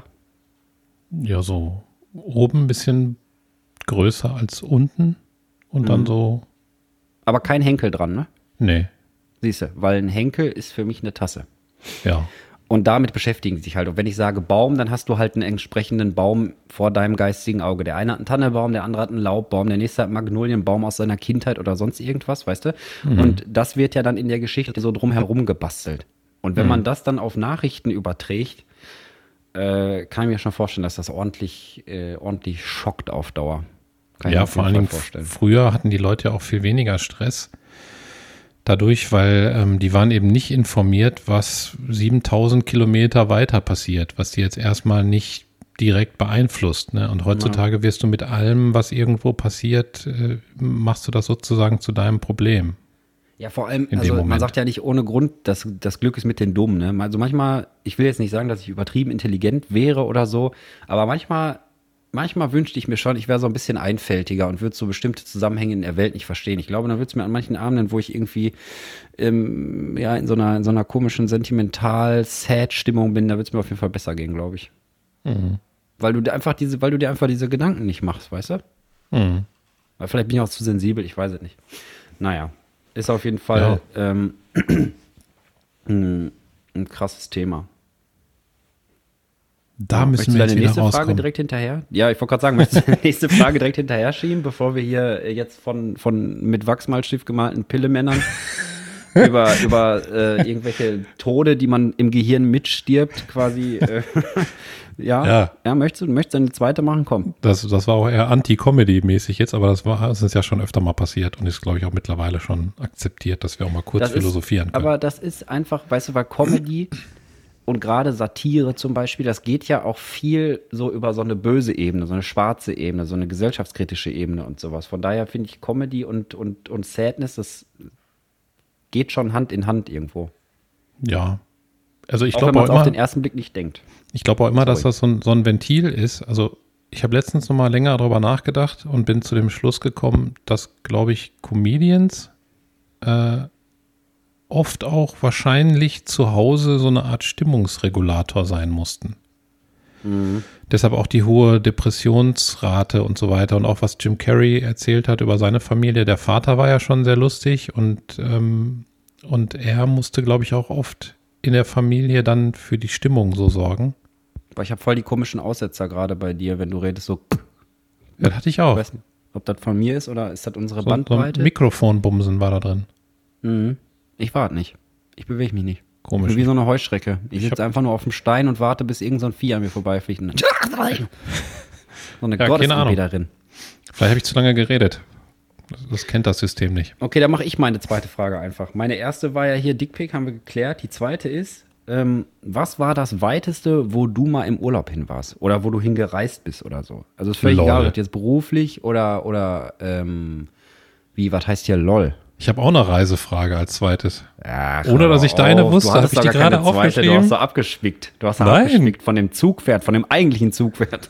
Ja, so oben ein bisschen größer als unten und dann Mhm. so, Aber kein Henkel dran, ne? nee, Siehst du, weil ein Henkel ist für mich eine Tasse. ja. Und damit beschäftigen sie sich halt. Und wenn ich sage Baum, dann hast du halt einen entsprechenden Baum vor deinem geistigen Auge. Der eine hat einen Tannenbaum, der andere hat einen Laubbaum, der nächste hat einen Magnolienbaum aus seiner Kindheit oder sonst irgendwas, weißt du? Mhm. Und das wird ja dann in der Geschichte so drumherum gebastelt. Und wenn Mhm. man das dann auf Nachrichten überträgt, äh, kann ich mir schon vorstellen, dass das ordentlich, äh, ordentlich schockt auf Dauer. Kann ich mir Ja, auf vor jeden allen Fall Dingen vorstellen. früher hatten die Leute ja auch viel weniger Stress. Dadurch, weil ähm, die waren eben nicht informiert, was siebentausend Kilometer weiter passiert, was die jetzt erstmal nicht direkt beeinflusst. Ne? Und heutzutage wirst du mit allem, was irgendwo passiert, äh, machst du das sozusagen zu deinem Problem. Ja, vor allem, in dem also man Moment. sagt ja nicht ohne Grund, dass das Glück ist mit den Dummen. Ne? Also manchmal, ich will jetzt nicht sagen, dass ich übertrieben intelligent wäre oder so, aber manchmal, manchmal wünschte ich mir schon, ich wäre so ein bisschen einfältiger und würde so bestimmte Zusammenhänge in der Welt nicht verstehen. Ich glaube, dann würde es mir an manchen Abenden, wo ich irgendwie ähm, ja, in so einer, in so einer komischen, sentimental-sad-Stimmung bin, da würde es mir auf jeden Fall besser gehen, glaube ich. Mhm. Weil du dir einfach diese, weil du dir einfach diese Gedanken nicht machst, weißt du? Mhm. Weil vielleicht bin ich auch zu sensibel, ich weiß es nicht. Naja, ist auf jeden Fall ähm, ein, ein krasses Thema. Da Ja, müssen möchtest wir du jetzt deine wieder nächste Frage rauskommen. direkt hinterher? Ja, ich wollte gerade sagen, möchtest du die nächste Frage direkt hinterher schieben, bevor wir hier äh, jetzt von, von mit Wachsmalstift gemalten Pillemännern über, über äh, irgendwelche Tode, die man im Gehirn mitstirbt, quasi. Äh, ja, ja. Ja. möchtest du möchtest du eine zweite machen? Komm. Das, das war auch eher Anti-Comedy-mäßig jetzt, aber das war, das ist ja schon öfter mal passiert und ist, glaube ich, auch mittlerweile schon akzeptiert, dass wir auch mal kurz Das ist- philosophieren können. Aber das ist einfach, weißt du, weil Comedy und gerade Satire zum Beispiel, das geht ja auch viel so über so eine böse Ebene, so eine schwarze Ebene, so eine gesellschaftskritische Ebene und sowas. Von daher finde ich Comedy und, und, und Sadness, das geht schon Hand in Hand irgendwo. Ja. Also ich auch wenn glaube man auch es auf immer, den ersten Blick nicht denkt. ich glaube auch immer, dass Sorry. das so ein, so ein Ventil ist. Also ich habe letztens noch mal länger darüber nachgedacht und bin zu dem Schluss gekommen, dass, glaube ich, Comedians äh, oft auch wahrscheinlich zu Hause so eine Art Stimmungsregulator sein mussten. Mhm. Deshalb auch die hohe Depressionsrate und so weiter. Und auch was Jim Carrey erzählt hat über seine Familie. Der Vater war ja schon sehr lustig und, ähm, und er musste, glaube ich, auch oft in der Familie dann für die Stimmung so sorgen. Aber ich habe voll die komischen Aussetzer gerade bei dir, wenn du redest so. Das hatte ich auch. Ich weiß nicht, ob das von mir ist oder ist das unsere so, Bandbreite? So ein Mikrofonbumsen war da drin. Mhm. Ich warte nicht. Ich bewege mich nicht. Komisch. Ich bin wie so eine Heuschrecke. Ich, ich sitze einfach nur auf dem Stein und warte, bis irgend so ein Vieh an mir vorbeifliegt. So eine ja, Gottesanbeterin. Vielleicht habe ich zu lange geredet. Das, das kennt das System nicht. Okay, dann mache ich meine zweite Frage einfach. Meine erste war ja hier Dickpick, haben wir geklärt. Die zweite ist, ähm, was war das Weiteste, wo du mal im Urlaub hin warst? Oder wo du hingereist bist oder so? Also ist völlig Lol. egal, ob das jetzt beruflich oder, oder ähm, wie, was heißt hier LOL? Ich habe auch eine Reisefrage als zweites. Ach, ohne dass ich deine wusste, habe ich die gerade aufgeschrieben. Du hast so abgespickt. Du hast so Nein. abgespickt von dem Zugpferd, von dem eigentlichen Zugpferd.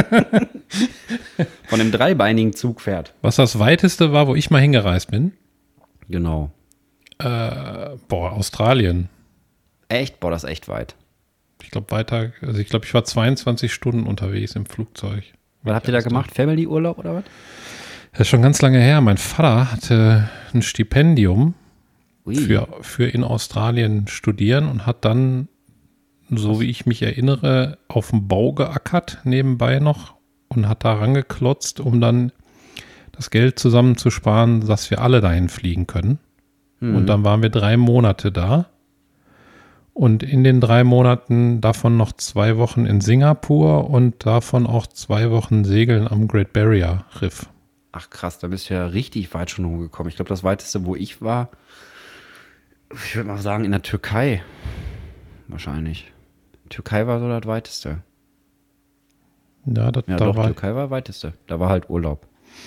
Von dem dreibeinigen Zugpferd. Was das Weiteste war, wo ich mal hingereist bin? Genau. Äh, boah, Australien. Echt? Boah, das ist echt weit. Ich glaube weiter, also ich glaube, ich war zweiundzwanzig Stunden unterwegs im Flugzeug. Was habt ihr da gemacht? Family-Urlaub oder was? Das ist schon ganz lange her. Mein Vater hatte ein Stipendium Ui. für, für in Australien studieren und hat dann, so wie ich mich erinnere, auf dem Bau geackert nebenbei noch und hat da rangeklotzt, um dann das Geld zusammenzusparen, dass wir alle dahin fliegen können. Mhm. Und dann waren wir drei Monate da. Und in den drei Monaten davon noch zwei Wochen in Singapur und davon auch zwei Wochen Segeln am Great Barrier Riff. Ach krass, da bist du ja richtig weit schon hochgekommen. Ich glaube, das weiteste, wo ich war, ich würde mal sagen, in der Türkei. Wahrscheinlich. Türkei war so das weiteste. Ja, das, ja da doch, war Türkei war weiteste. Da war halt Urlaub.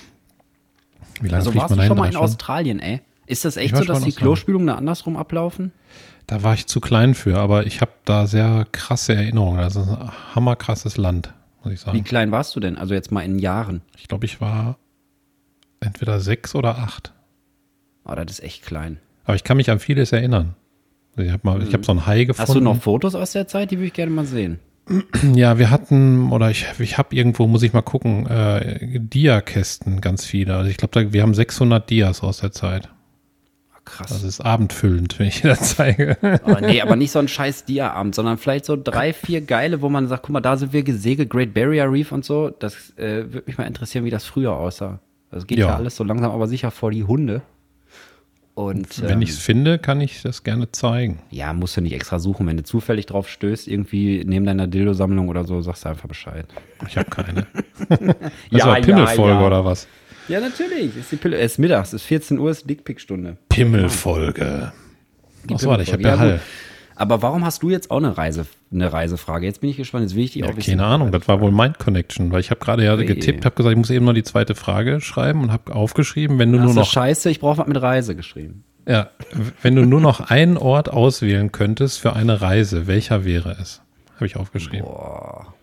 Wie lange also fliegt warst man du dahin? schon mal in Drei Stunden? Australien, ey? Ist das echt Ich war so, dass schon die in Australien. Klospülungen da andersrum ablaufen? Da war ich zu klein für, aber ich habe da sehr krasse Erinnerungen. Das ist ein hammerkrasses Land, muss ich sagen. Wie klein warst du denn? Also jetzt mal in Jahren. Ich glaube, ich war entweder sechs oder acht. Oh, das ist echt klein. Aber ich kann mich an vieles erinnern. Ich habe mal, ich habe so ein Hai gefunden. Hast du noch Fotos aus der Zeit? Die würde ich gerne mal sehen. Ja, wir hatten, oder ich, ich habe irgendwo, muss ich mal gucken, äh, Dia-Kästen, ganz viele. Also ich glaube, wir haben sechshundert Dias aus der Zeit. Krass. Das ist abendfüllend, wenn ich dir das zeige. Oh, nee, aber nicht so ein scheiß Dia-Abend, sondern vielleicht so drei, vier geile, wo man sagt, guck mal, da sind wir gesegelt, Great Barrier Reef und so. Das äh, würde mich mal interessieren, wie das früher aussah. Das geht ja. ja alles so langsam, aber sicher vor die Hunde. Und, wenn ähm, ich es finde, kann ich das gerne zeigen. Ja, musst du nicht extra suchen. Wenn du zufällig drauf stößt, irgendwie neben deiner Dildo-Sammlung oder so, sagst du einfach Bescheid. Ich habe keine. Das ja, war Pimmelfolge ja, ja. oder was? Ja, natürlich. Ist die Pille, es ist mittags, es ist vierzehn Uhr, ist Dickpick-Stunde. Pimmelfolge. Was war das? Ich habe ja Hall. Aber warum hast du jetzt auch eine, Reise, eine Reisefrage? Jetzt bin ich gespannt, jetzt will ich die ja, auch wissen. Keine Ahnung, das war wohl Mind Connection, weil ich habe gerade ja hey. getippt, habe gesagt, ich muss eben noch die zweite Frage schreiben und habe aufgeschrieben, wenn du das nur noch... Ist scheiße, ich brauche was mit Reise geschrieben. Ja, wenn du nur noch einen Ort auswählen könntest für eine Reise, welcher wäre es? Habe ich aufgeschrieben. Boah.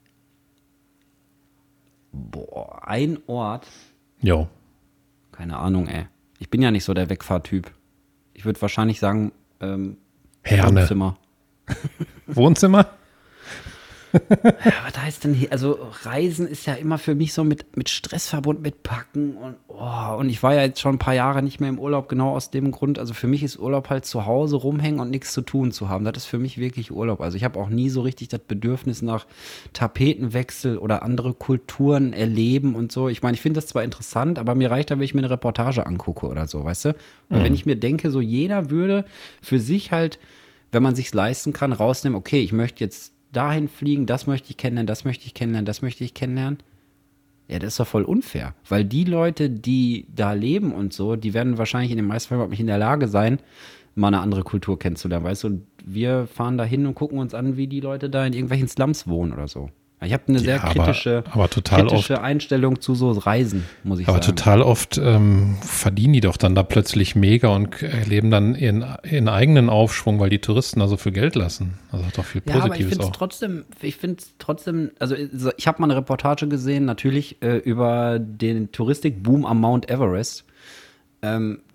Boah, ein Ort? Jo. Keine Ahnung, ey. Ich bin ja nicht so der Wegfahrtyp. Ich würde wahrscheinlich sagen, ähm, Herne. Wohnzimmer. Wohnzimmer? Ja, was heißt denn hier? Also Reisen ist ja immer für mich so mit, mit Stress verbunden, mit Packen und oh, und ich war ja jetzt schon ein paar Jahre nicht mehr im Urlaub, genau aus dem Grund. Also für mich ist Urlaub halt zu Hause rumhängen und nichts zu tun zu haben. Das ist für mich wirklich Urlaub. Also ich habe auch nie so richtig das Bedürfnis nach Tapetenwechsel oder andere Kulturen erleben und so. Ich meine, ich finde das zwar interessant, aber mir reicht da, wenn ich mir eine Reportage angucke oder so, weißt du? Und mhm. wenn ich mir denke, so jeder würde für sich halt, wenn man sich's leisten kann, rausnehmen, okay, ich möchte jetzt dahin fliegen, das möchte ich kennenlernen, das möchte ich kennenlernen, das möchte ich kennenlernen. Ja, das ist doch voll unfair. Weil die Leute, die da leben und so, die werden wahrscheinlich in den meisten Fällen überhaupt nicht in der Lage sein, mal eine andere Kultur kennenzulernen. Weißt du, und wir fahren da hin und gucken uns an, wie die Leute da in irgendwelchen Slums wohnen oder so. Ich habe eine sehr ja, aber, kritische, aber total kritische oft, Einstellung zu so Reisen, muss ich aber sagen. Aber total oft ähm, verdienen die doch dann da plötzlich mega und erleben dann ihren, ihren eigenen Aufschwung, weil die Touristen da so viel Geld lassen. Also hat doch viel Positives ja, aber ich finde auch. Trotzdem, ich finde es trotzdem, also ich habe mal eine Reportage gesehen, natürlich äh, über den Touristikboom am Mount Everest. Ähm,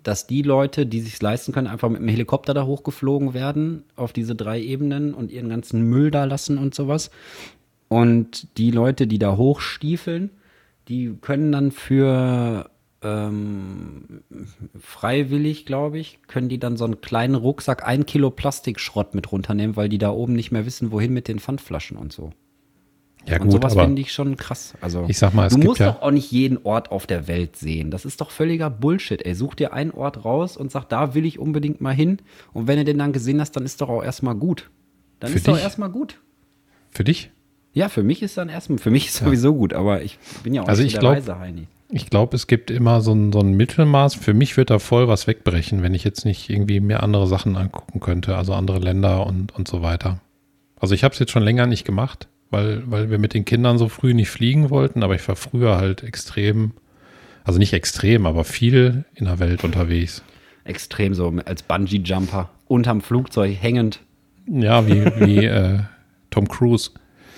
dass die Leute, die sich leisten können, einfach mit dem Helikopter da hochgeflogen werden auf diese drei Ebenen und ihren ganzen Müll da lassen und sowas. Und die Leute, die da hochstiefeln, die können dann für ähm, freiwillig, glaube ich, können die dann so einen kleinen Rucksack, ein Kilo Plastikschrott mit runternehmen, weil die da oben nicht mehr wissen, wohin mit den Pfandflaschen und so. Ja, und gut, sowas aber finde ich schon krass. Also, ich sag mal, es du gibt musst ja doch auch nicht jeden Ort auf der Welt sehen. Das ist doch völliger Bullshit, ey. Such dir einen Ort raus und sag, da will ich unbedingt mal hin. Und wenn du den dann gesehen hast, dann ist doch auch erstmal gut. Dann Für ist doch dich? erstmal gut. für dich. Ja, für mich ist dann erstmal, für mich ist sowieso gut, aber ich bin ja auch Also nicht ich so der glaub- Reiseheini. Ich glaube, es gibt immer so ein, so ein Mittelmaß. Für mich wird da voll was wegbrechen, wenn ich jetzt nicht irgendwie mir andere Sachen angucken könnte, also andere Länder und, und so weiter. Also ich habe es jetzt schon länger nicht gemacht, weil, weil wir mit den Kindern so früh nicht fliegen wollten, aber ich war früher halt extrem, also nicht extrem, aber viel in der Welt unterwegs. Extrem so als Bungee-Jumper, unterm Flugzeug hängend. Ja, wie, wie äh, Tom Cruise.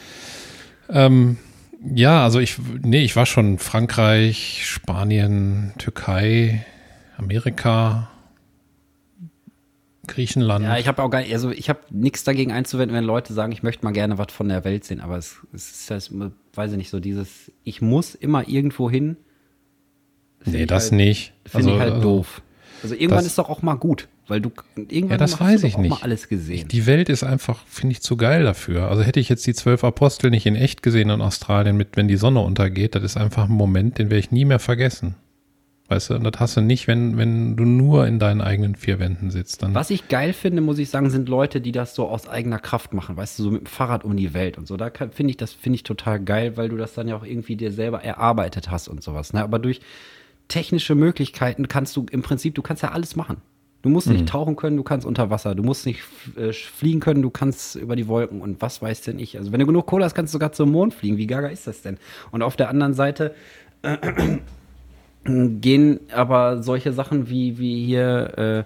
Ähm, ja, also ich, nee, ich war schon Frankreich, Spanien, Türkei, Amerika, Griechenland. Ja, ich habe auch gar nicht, also ich habe nichts dagegen einzuwenden, wenn Leute sagen, ich möchte mal gerne was von der Welt sehen, aber es, es ist das, weiß ich nicht, so dieses, ich muss immer irgendwo hin. find nee, ich das halt, nicht. Finde ich halt also, doof. Also irgendwann das- ist doch auch mal gut, weil du irgendwann Ja, das hast weiß du ich doch auch nicht. mal alles gesehen. Die Welt ist einfach, finde ich, zu geil dafür. Also hätte ich jetzt die zwölf Apostel nicht in echt gesehen in Australien mit, wenn die Sonne untergeht, das ist einfach ein Moment, den werde ich nie mehr vergessen. Weißt du, und das hast du nicht, wenn, wenn du nur in deinen eigenen vier Wänden sitzt. Dann, Was ich geil finde, muss ich sagen, sind Leute, die das so aus eigener Kraft machen, weißt du, so mit dem Fahrrad um die Welt und so. Da kann- finde ich, das finde ich total geil, weil du das dann ja auch irgendwie dir selber erarbeitet hast und sowas. Ne? Aber durch technische Möglichkeiten kannst du im Prinzip, du kannst ja alles machen. Du musst nicht tauchen können, du kannst unter Wasser. Du musst nicht äh, fliegen können, du kannst über die Wolken und was weiß denn ich. Also wenn du genug Kohle hast, kannst du sogar zum Mond fliegen. Wie gaga ist das denn? Und auf der anderen Seite äh, gehen aber solche Sachen wie, wie hier äh,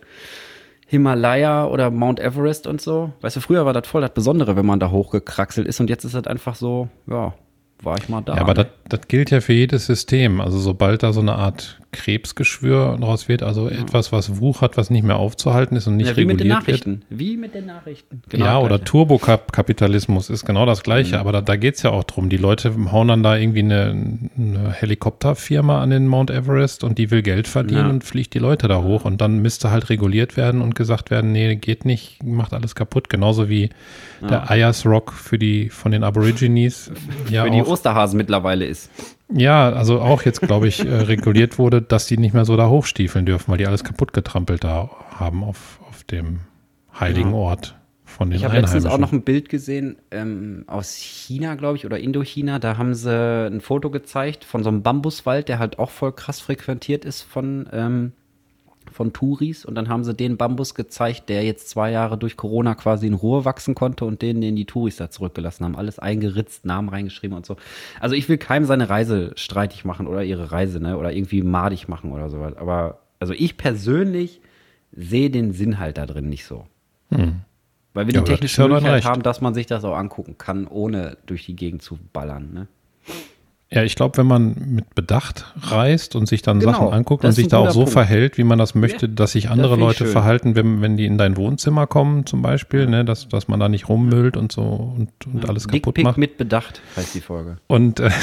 Himalaya oder Mount Everest und so. Weißt du, früher war das voll das Besondere, wenn man da hochgekraxelt ist und jetzt ist das einfach so, ja, war ich mal da. ja, aber das, das gilt ja für jedes System. Also sobald da so eine Art Krebsgeschwür draus wird, also etwas, was wuchert, was nicht mehr aufzuhalten ist und nicht ja, wie mit den reguliert wird. Nachrichten. Wie mit den Nachrichten. Ja, das oder Gleiche. Turbokapitalismus ist genau das Gleiche, aber da, da geht's ja auch drum. Die Leute hauen dann da irgendwie eine, eine Helikopterfirma an den Mount Everest und die will Geld verdienen Ja. und fliegt die Leute da hoch und dann müsste halt reguliert werden und gesagt werden, nee, geht nicht, macht alles kaputt. Genauso wie der Ayers Rock für die, von den Aborigines. Ja, Für die auch, Osterhasen mittlerweile ist. ja, also auch jetzt, glaube ich, äh, reguliert wurde, dass die nicht mehr so da hochstiefeln dürfen, weil die alles kaputt getrampelt da haben auf, auf dem heiligen Ja. Ort von den Ich habe letztens Einheimischen. auch noch ein Bild gesehen ähm, aus China, glaube ich, oder Indochina. Da haben sie ein Foto gezeigt von so einem Bambuswald, der halt auch voll krass frequentiert ist von, ähm, von Touris. Und dann haben sie den Bambus gezeigt, der jetzt zwei Jahre durch Corona quasi in Ruhe wachsen konnte und den, den die Touris da zurückgelassen haben. Alles eingeritzt, Namen reingeschrieben und so. Also ich will keinem seine Reise streitig machen oder ihre Reise, ne? Oder irgendwie madig machen oder sowas. Aber also ich persönlich sehe den Sinn halt da drin nicht so. Hm. Weil wir Ja, die aber das ist technische ja dann Möglichkeit recht. haben, dass man sich das auch angucken kann, ohne durch die Gegend zu ballern. Ne? Ja, ich glaube, wenn man mit Bedacht reist und sich dann Genau, Sachen anguckt das und ist sich ein da auch guter so Punkt. verhält, wie man das möchte, Ja, dass sich das andere finde ich Leute schön. verhalten, wenn, wenn die in dein Wohnzimmer kommen zum Beispiel, ne, dass, dass man da nicht rummüllt und so und, und alles kaputt Dickpick macht. mit Bedacht heißt die Folge. Und, äh,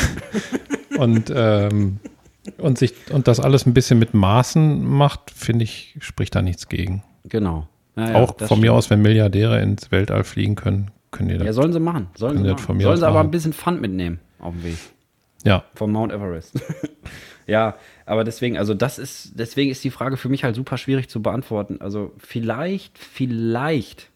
und, ähm, und sich und das alles ein bisschen mit Maßen macht, finde ich, spricht da nichts gegen. Genau. Ja, ja, auch das von mir stimmt. aus, wenn Milliardäre ins Weltall fliegen können, können die Ja, das. sollen sie machen. Sollen Können sie, die machen. das von mir sollen aus sie aber machen. ein bisschen Pfand mitnehmen auf dem Weg. Ja, Vom Mount Everest. Ja, aber deswegen, also das ist, deswegen ist die Frage für mich halt super schwierig zu beantworten. Also vielleicht, vielleicht.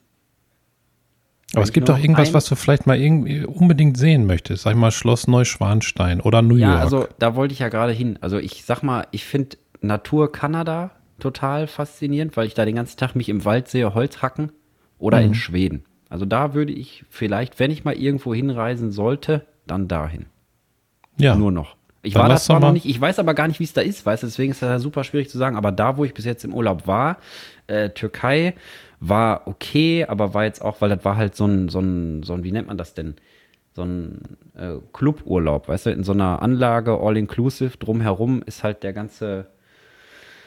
aber Wenn es ich gibt nur doch noch irgendwas, ein- was du vielleicht mal irgendwie unbedingt sehen möchtest. Sag ich mal Schloss Neuschwanstein oder New Ja, York. also da wollte ich ja gerade hin. Also ich sag mal, ich finde Natur Kanada total faszinierend, weil ich da den ganzen Tag mich im Wald sehe, Holz hacken oder Mhm. in Schweden. Also da würde ich vielleicht, wenn ich mal irgendwo hinreisen sollte, dann dahin. ja. Nur noch. Ich Dann war da lass zwar doch noch mal- nicht, ich weiß aber gar nicht, wie es da ist, weißt du, deswegen ist das ja super schwierig zu sagen, aber da, wo ich bis jetzt im Urlaub war, äh, Türkei, war okay, aber war jetzt auch, weil das war halt so ein, so ein, so ein, wie nennt man das denn? So ein äh, Cluburlaub, weißt du, in so einer Anlage, all-inclusive, drumherum ist halt der ganze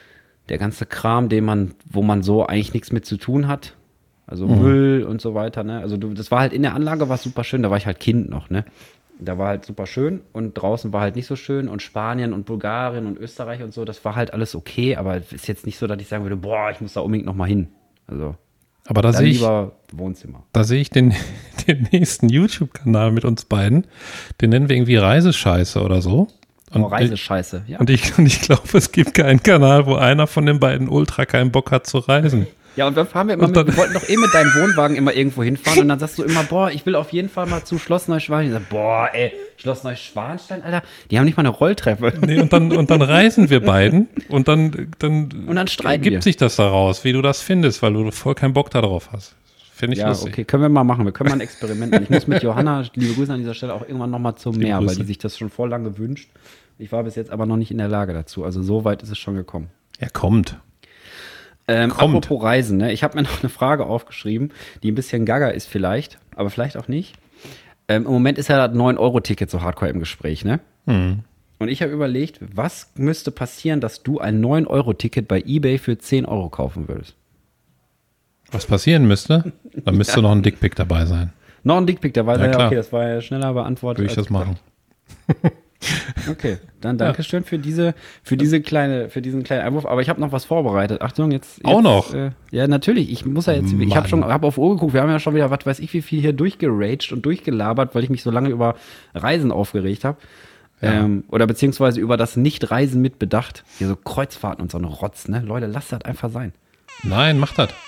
der ganze Kram, den man, wo man so eigentlich nichts mit zu tun hat. Also mhm. Müll und so weiter, ne? Also du, das war halt in der Anlage war super schön, da war ich halt Kind noch, ne? Da war halt super schön und draußen war halt nicht so schön und Spanien und Bulgarien und Österreich und so, das war halt alles okay, aber es ist jetzt nicht so, dass ich sagen würde, boah, ich muss da unbedingt nochmal hin. Also, aber da sehe ich, Wohnzimmer. Da sehe ich den, den nächsten YouTube-Kanal mit uns beiden, den nennen wir irgendwie Reisescheiße oder so. Und oh, Reisescheiße, ja. Und ich, und ich glaube, es gibt keinen Kanal, wo einer von den beiden ultra keinen Bock hat zu reisen. Ja, und dann fahren wir immer mit, wir wollten doch eh mit deinem Wohnwagen immer irgendwo hinfahren und dann sagst du immer, boah, ich will auf jeden Fall mal zu Schloss Neuschwanstein. Ich sag, boah, ey, Schloss Neuschwanstein, Alter, die haben nicht mal eine Rolltreppe. Nee, und dann, und dann reisen wir beiden und dann, dann, und dann streiten gibt wir. sich das daraus, wie du das findest, weil du voll keinen Bock darauf hast. Finde ich ja, lustig. Okay, können wir mal machen. Wir können mal ein Experiment machen. Ich muss mit Johanna, liebe Grüße an dieser Stelle, auch irgendwann nochmal zum liebe Meer, Grüße. Weil die sich das schon vor lange wünscht. Ich war bis jetzt aber noch nicht in der Lage dazu. Also so weit ist es schon gekommen. Er kommt. Ähm, apropos Reisen, ne? Ich habe mir noch eine Frage aufgeschrieben, die ein bisschen gaga ist vielleicht, aber vielleicht auch nicht. Ähm, Im Moment ist ja das neun Euro Ticket so hardcore im Gespräch, ne? Mhm. Und ich habe überlegt, was müsste passieren, dass du ein neun Euro Ticket bei eBay für zehn Euro kaufen würdest? Was passieren müsste? Dann müsste ja. noch ein Dickpick dabei sein. Noch ein Dickpick dabei sein? Ja, ja, okay, das war ja schneller beantwortet. Würde ich das machen. Okay, dann danke schön für diese, für diese kleine, für diesen kleinen Einwurf. Aber ich habe noch was vorbereitet. Achtung, jetzt, jetzt auch noch. Äh, ja, natürlich. Ich muss ja jetzt. Mann. Ich habe schon, habe auf Uhr geguckt. Wir haben ja schon wieder, was weiß ich, wie viel hier durchgeraged und durchgelabert, weil ich mich so lange über Reisen aufgeregt habe. Ja. Ähm, oder beziehungsweise über das Nicht-Reisen mit Bedacht. Hier so Kreuzfahrten und so eine Rotz, ne? Leute, lasst das einfach sein. Nein, macht das.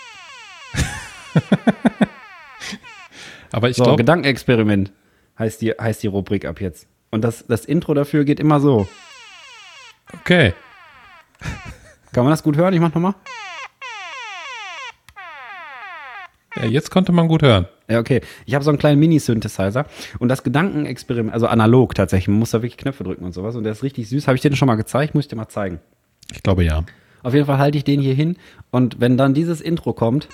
Aber ich so, glaube. Gedankenexperiment heißt die, heißt die Rubrik ab jetzt. Und das, das Intro dafür geht immer so. Okay. Kann man das gut hören? Ich mach nochmal. Ja, jetzt konnte man gut hören. Ja, okay. Ich habe so einen kleinen Mini-Synthesizer und das Gedankenexperiment, also analog tatsächlich, man muss da wirklich Knöpfe drücken und sowas und der ist richtig süß. Habe ich dir den schon mal gezeigt? Muss ich dir mal zeigen. Ich glaube, ja. Auf jeden Fall halte ich den hier hin und wenn dann dieses Intro kommt,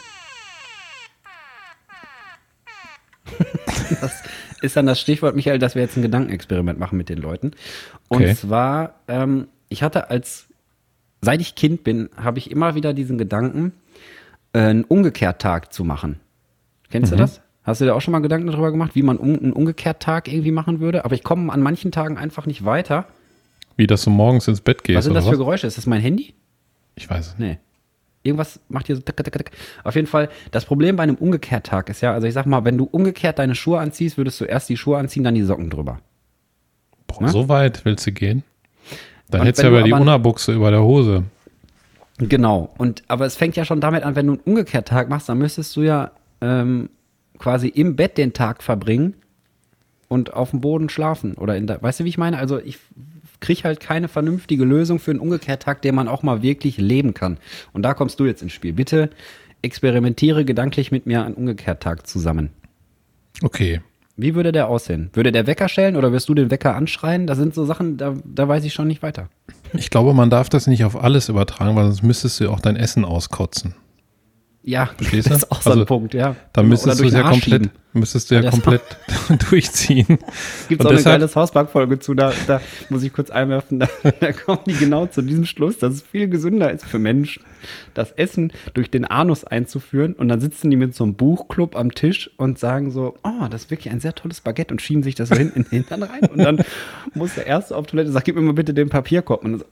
das ist dann das Stichwort, Michael, dass wir jetzt ein Gedankenexperiment machen mit den Leuten. Und okay. zwar, ähm, ich hatte als, seit ich Kind bin, habe ich immer wieder diesen Gedanken, äh, einen Umgekehrt-Tag zu machen. Kennst mhm. du das? Hast du dir auch schon mal Gedanken darüber gemacht, wie man um, einen Umgekehrt-Tag irgendwie machen würde? Aber ich komme an manchen Tagen einfach nicht weiter. Wie, dass du morgens ins Bett gehst? Was sind das oder für was? Geräusche? Ist das mein Handy? Ich weiß es nicht. Nee. Irgendwas macht hier so tick, tick, tick. Auf jeden Fall, das Problem bei einem Umgekehrt-Tag ist ja, also ich sag mal, wenn du umgekehrt deine Schuhe anziehst, würdest du erst die Schuhe anziehen, dann die Socken drüber. Boah, ne? So weit willst du gehen? Dann und hättest du ja aber die Unabuchse über der Hose. Genau. Und, aber es fängt ja schon damit an, wenn du einen Umgekehrt-Tag machst, dann müsstest du ja ähm, quasi im Bett den Tag verbringen und auf dem Boden schlafen. Oder in der, weißt du, wie ich meine? Also ich kriege halt keine vernünftige Lösung für einen Umgekehrtag, den man auch mal wirklich leben kann. Und da kommst du jetzt ins Spiel. Bitte experimentiere gedanklich mit mir einen Umgekehrtag zusammen. Okay. Wie würde der aussehen? Würde der Wecker stellen oder wirst du den Wecker anschreien? Das sind so Sachen, da, da weiß ich schon nicht weiter. Ich glaube, man darf das nicht auf alles übertragen, weil sonst müsstest du auch dein Essen auskotzen. Ja, verstehst du? Das ist auch so also, ein Punkt, ja. Dann müsstest du es ja komplett, müsstest du ja komplett durchziehen. Gibt es auch eine geile Hausback-Folge zu, da, da muss ich kurz einwerfen, da, da kommen die genau zu diesem Schluss, dass es viel gesünder ist für Menschen, das Essen durch den Anus einzuführen und dann sitzen die mit so einem Buchclub am Tisch und sagen so, oh, das ist wirklich ein sehr tolles Baguette und schieben sich das so hinten in den Hintern rein und dann muss der Erste auf Toilette sagen, gib mir mal bitte den Papierkorb und dann so,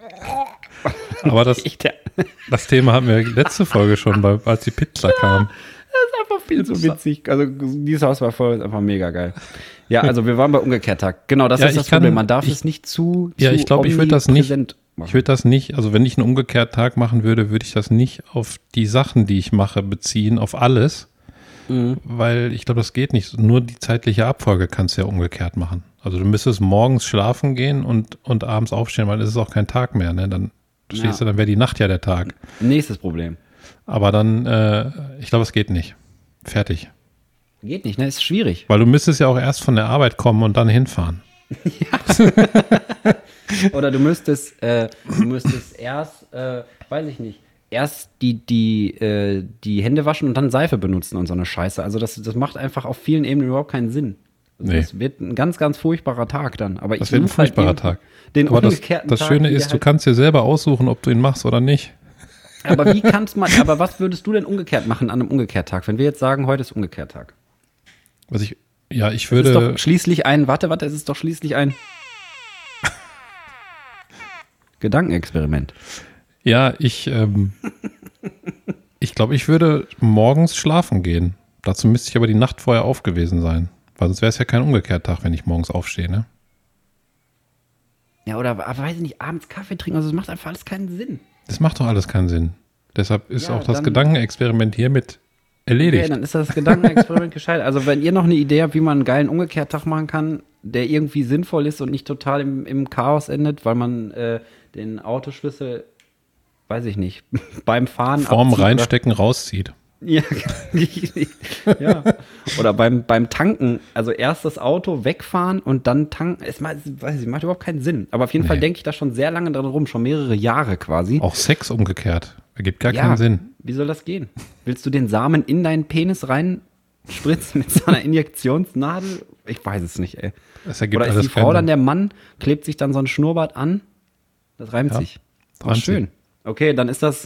aber das, das Thema hatten wir letzte Folge schon, bei, als die Pizza ja, kam. Das ist einfach viel zu witzig. Also dieses Hauswahl ist einfach mega geil. Ja, also wir waren bei Umgekehrtag. Genau, das ja, ist das kann, Problem. Man darf ich, es nicht zu Ja, zu ich glaube, ich würde das nicht, machen. ich würde das nicht, also wenn ich einen Umgekehrtag machen würde, würde ich das nicht auf die Sachen, die ich mache, beziehen, auf alles. Mhm. Weil ich glaube, das geht nicht. Nur die zeitliche Abfolge kannst du ja umgekehrt machen. Also du müsstest morgens schlafen gehen und, und abends aufstehen, weil es ist auch kein Tag mehr, ne? Dann Verstehst ja. du, dann wäre die Nacht ja der Tag. Nächstes Problem. Aber dann, äh, ich glaube, es geht nicht. Fertig. Geht nicht, ne? Ist schwierig. Weil du müsstest ja auch erst von der Arbeit kommen und dann hinfahren. Ja. Oder du müsstest, äh, du müsstest erst, äh, weiß ich nicht, erst die, die, äh, die Hände waschen und dann Seife benutzen und so eine Scheiße. Also das, das macht einfach auf vielen Ebenen überhaupt keinen Sinn. Also nee. Das wird ein ganz, ganz furchtbarer Tag dann. Aber das ich wird ein furchtbarer halt Tag. Den Aber das, umgekehrten das Tag, Schöne ist, du halt kannst dir selber aussuchen, ob du ihn machst oder nicht. Aber wie kannst man, aber was würdest du denn umgekehrt machen an einem Umgekehrtag, wenn wir jetzt sagen, heute ist Umgekehrtag? Was ich, ja, ich Es würde. ist doch schließlich ein, warte, warte, es ist doch schließlich ein Gedankenexperiment. Ja, ich, ähm, ich glaube, ich würde morgens schlafen gehen. Dazu müsste ich aber die Nacht vorher auf gewesen sein. Weil sonst wäre es ja kein Umgekehrtag, wenn ich morgens aufstehe, ne? Ja, oder, aber weiß ich nicht, abends Kaffee trinken, also das macht einfach alles keinen Sinn. Das macht doch alles keinen Sinn. Deshalb ist Ja, auch das dann- Gedankenexperiment hiermit erledigt. Okay, dann ist das Gedankenexperiment gescheitert. Also wenn ihr noch eine Idee habt, wie man einen geilen Umgekehrtag machen kann, der irgendwie sinnvoll ist und nicht total im, im Chaos endet, weil man äh, den Autoschlüssel, weiß ich nicht, beim Fahren Vorm abzieht oder- reinstecken, rauszieht. Ja, ja. Oder beim, beim Tanken, also erst das Auto wegfahren und dann tanken. Es macht, weiß ich, macht überhaupt keinen Sinn. Aber auf jeden Nee. Fall denke ich da schon sehr lange dran rum, schon mehrere Jahre quasi. Auch Sex umgekehrt. Ergibt gar Ja, keinen Sinn. Wie soll das gehen? Willst du den Samen in deinen Penis reinspritzen mit so einer Injektionsnadel? Ich weiß es nicht, ey. Das ergibt Oder ist alles die Frau keinen dann Sinn. der Mann, klebt sich dann so ein Schnurrbart an? Das reimt Ja, sich. Ach, reimt sich. schön. Okay, dann ist das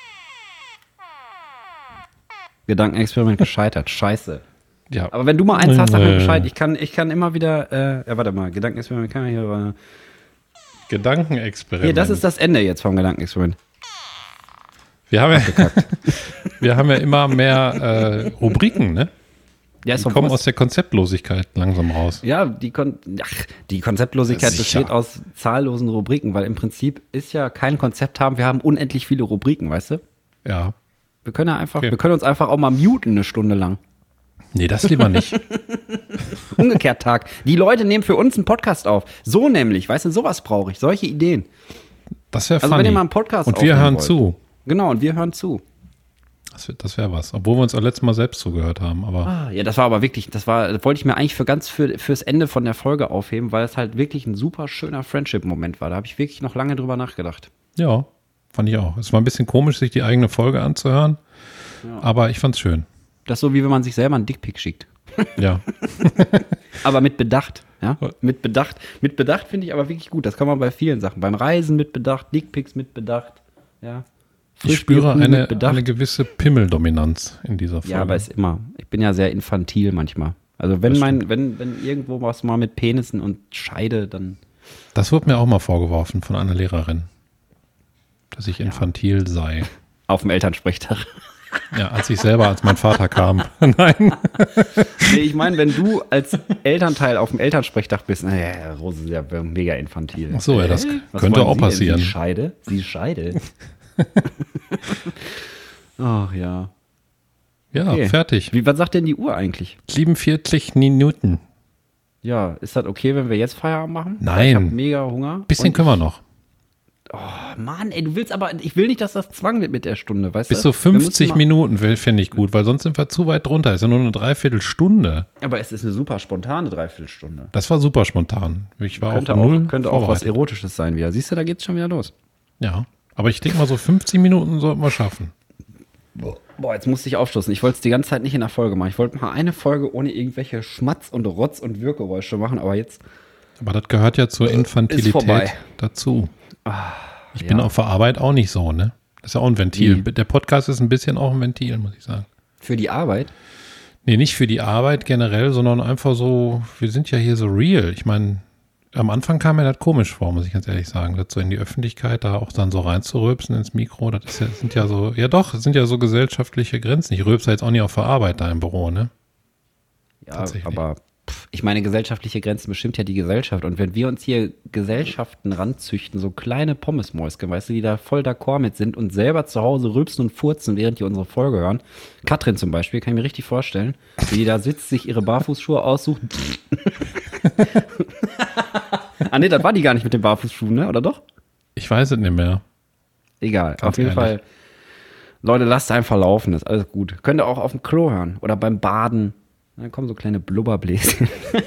Gedankenexperiment gescheitert. Scheiße. Ja. Aber wenn du mal eins hast, sag mir Äh. Bescheid. Ich kann, ich kann immer wieder, äh, ja, warte mal, Gedankenexperiment kann man hier, aber Gedankenexperiment. hier, das ist das Ende jetzt vom Gedankenexperiment. Wir haben ja, wir haben ja immer mehr äh, Rubriken, ne? Ja, ist Die vom kommen Post- aus der Konzeptlosigkeit langsam raus. Ja, die, Kon Ach, die Konzeptlosigkeit Sicher. besteht aus zahllosen Rubriken, weil im Prinzip ist ja kein Konzept haben, wir haben unendlich viele Rubriken, weißt du? Ja. Wir können ja einfach, Okay. wir können uns einfach auch mal muten eine Stunde lang. Nee, das lieber nicht. Umgekehrt Tag. Die Leute nehmen für uns einen Podcast auf. So nämlich, weißt du, sowas brauche ich, solche Ideen. Das wäre Also funny. wenn ihr mal einen Podcast Und wir aufnehmen hören wollt. zu. Genau, und wir hören zu. Das, wär- das wäre was. Obwohl wir uns auch letztes Mal selbst zugehört haben. Aber Ah, ja, das war aber wirklich, das war, das wollte ich mir eigentlich für ganz für, fürs Ende von der Folge aufheben, weil es halt wirklich ein super schöner Friendship-Moment war. Da habe ich wirklich noch lange drüber nachgedacht. ja, fand ich auch. Es war ein bisschen komisch, sich die eigene Folge anzuhören. Aber ich fand's schön. Das ist so, wie wenn man sich selber einen Dickpick schickt. Ja. Aber mit Bedacht, ja? Mit Bedacht. Mit Bedacht finde ich aber wirklich gut. Das kann man bei vielen Sachen. Beim Reisen mit Bedacht, Dickpicks mit Bedacht, ja. Ich spüre Frischbierkuchen eine, mit Bedacht. eine gewisse Pimmeldominanz in dieser Folge. Ja, aber ist immer. Ich bin ja sehr infantil manchmal. Also wenn Das mein, wenn, wenn irgendwo was mal mit Penissen und Scheide, dann. Das wurde mir auch mal vorgeworfen von einer Lehrerin, dass ich infantil sei. Auf dem Elternsprechtag. Ja, als ich selber, als mein Vater kam. Nein. Nee, ich meine, wenn du als Elternteil auf dem Elternsprechtag bist, naja, Rose ist ja mega infantil. Ach so, ja, das Was könnte wollen auch Sie denn? passieren. Sie Scheide? Sie Scheide? Ach ja. Ja, Okay. fertig. Wie, was sagt denn die Uhr eigentlich? siebenundvierzig Minuten. Ja, ist das okay, wenn wir jetzt Feierabend machen? Nein. Ich habe mega Hunger. Bisschen Und können wir noch. ich, Mann, ey, du willst aber, ich will nicht, dass das Zwang wird mit der Stunde, weißt Bis du? zu Wir müssen fünfzig mal- Minuten will- finde ich gut, weil sonst sind wir zu weit drunter. Ist ja nur eine Dreiviertelstunde. Aber es ist eine super spontane Dreiviertelstunde. Das war super spontan. Ich war Könnte auf null auch, könnte auch was vorbereitet. Erotisches sein wieder. Siehst du, da geht's schon wieder los. Ja, aber ich denke mal, so fünfzehn Minuten sollten wir schaffen. Boah, jetzt musste ich aufstoßen. Ich wollte es die ganze Zeit nicht in der Folge machen. Ich wollte mal eine Folge ohne irgendwelche Schmatz- und Rotz- und Wirkgeräusche machen, aber jetzt Aber das gehört ja zur vorbei. Infantilität dazu. Ich ja. bin auf der Arbeit auch nicht so, ne? Das ist ja auch ein Ventil. Wie? Der Podcast ist ein bisschen auch ein Ventil, muss ich sagen. für die Arbeit. Nee, nicht für die Arbeit generell, sondern einfach so, wir sind ja hier so real. Ich meine, am Anfang kam mir das komisch vor, muss ich ganz ehrlich sagen, das so in die Öffentlichkeit da auch dann so reinzurülpsen ins Mikro, das ist ja, sind ja so, ja doch, das sind ja so gesellschaftliche Grenzen. Ich rülpse jetzt auch nicht auf der Arbeit da im Büro, ne? Ja, Tatsächlich. aber pff, ich meine, gesellschaftliche Grenzen bestimmt ja die Gesellschaft. Und wenn wir uns hier Gesellschaften ranzüchten, so kleine Pommesmäuschen, weißt du, die da voll d'accord mit sind und selber zu Hause rülpsen und furzen, während die unsere Folge hören. Katrin zum Beispiel, kann ich mir richtig vorstellen, wie die da sitzt, sich ihre Barfußschuhe aussucht. Ah nee, das war die gar nicht mit den Barfußschuhen, ne? Oder doch? Ich weiß es nicht mehr. Egal, Ganz auf jeden ehrlich. Fall. Leute, lasst einfach laufen, ist alles gut. Könnt ihr auch auf dem Klo hören oder beim Baden. Dann kommen so kleine Blubberbläschen.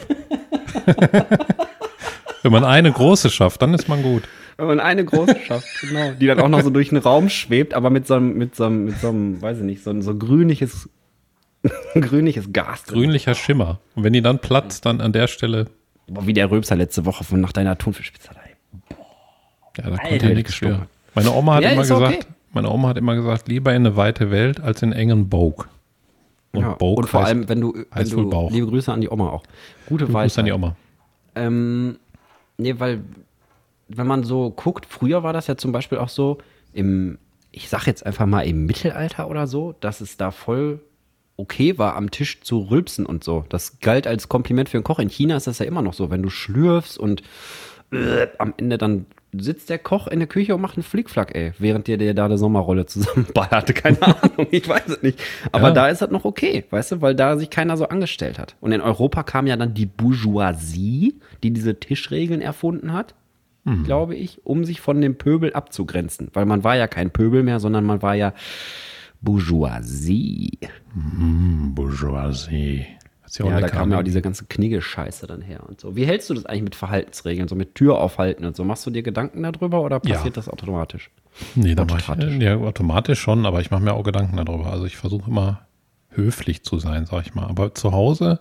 Wenn man eine große schafft, dann ist man gut. Wenn man eine große schafft, genau. Die dann auch noch so durch den Raum schwebt, aber mit so einem, mit so einem, mit so einem, weiß ich nicht, so ein so grünliches, grünliches Gas drin. Grünlicher Schimmer. Und wenn die dann platzt, dann an der Stelle, Boah, wie der Röpser letzte Woche von nach deiner Thunfischpizza. ja, da Alter, konnte hab ich ich nichts gestunken. für. Meine Oma hat Ja, immer ist gesagt, okay. Meine Oma hat immer gesagt, lieber in eine weite Welt als in engen Bog. Und, ja, Bog und vor heißt, allem, wenn du, wenn du Bauch. Liebe Grüße an die Oma auch. Gute Weisheit. Grüße an die Oma. Ähm, nee, weil, wenn man so guckt, früher war das ja zum Beispiel auch so, im, ich sag jetzt einfach mal im Mittelalter oder so, dass es da voll okay war, am Tisch zu rülpsen und so. Das galt als Kompliment für einen Koch. In China ist das ja immer noch so, wenn du schlürfst und äh, am Ende dann sitzt der Koch in der Küche und macht einen Flickflack, ey, während dir der da eine Sommerrolle zusammenballerte. Keine Ahnung, ich weiß es nicht. Aber ja. Da ist das noch okay, weißt du, weil da sich keiner so angestellt hat. Und in Europa kam ja dann die Bourgeoisie, die diese Tischregeln erfunden hat, mhm. glaube ich, um sich von dem Pöbel abzugrenzen. Weil man war ja kein Pöbel mehr, sondern man war ja Bourgeoisie. Mm, Bourgeoisie. Ja, ja da kam ja auch diese ganze Knigge-Scheiße dann her und so. Wie hältst du das eigentlich mit Verhaltensregeln, so mit Tür aufhalten und so? Machst du dir Gedanken darüber oder passiert ja. das automatisch? Nee, da mach ich, ja, automatisch schon, aber ich mache mir auch Gedanken darüber. Also ich versuche immer höflich zu sein, sag ich mal. Aber zu Hause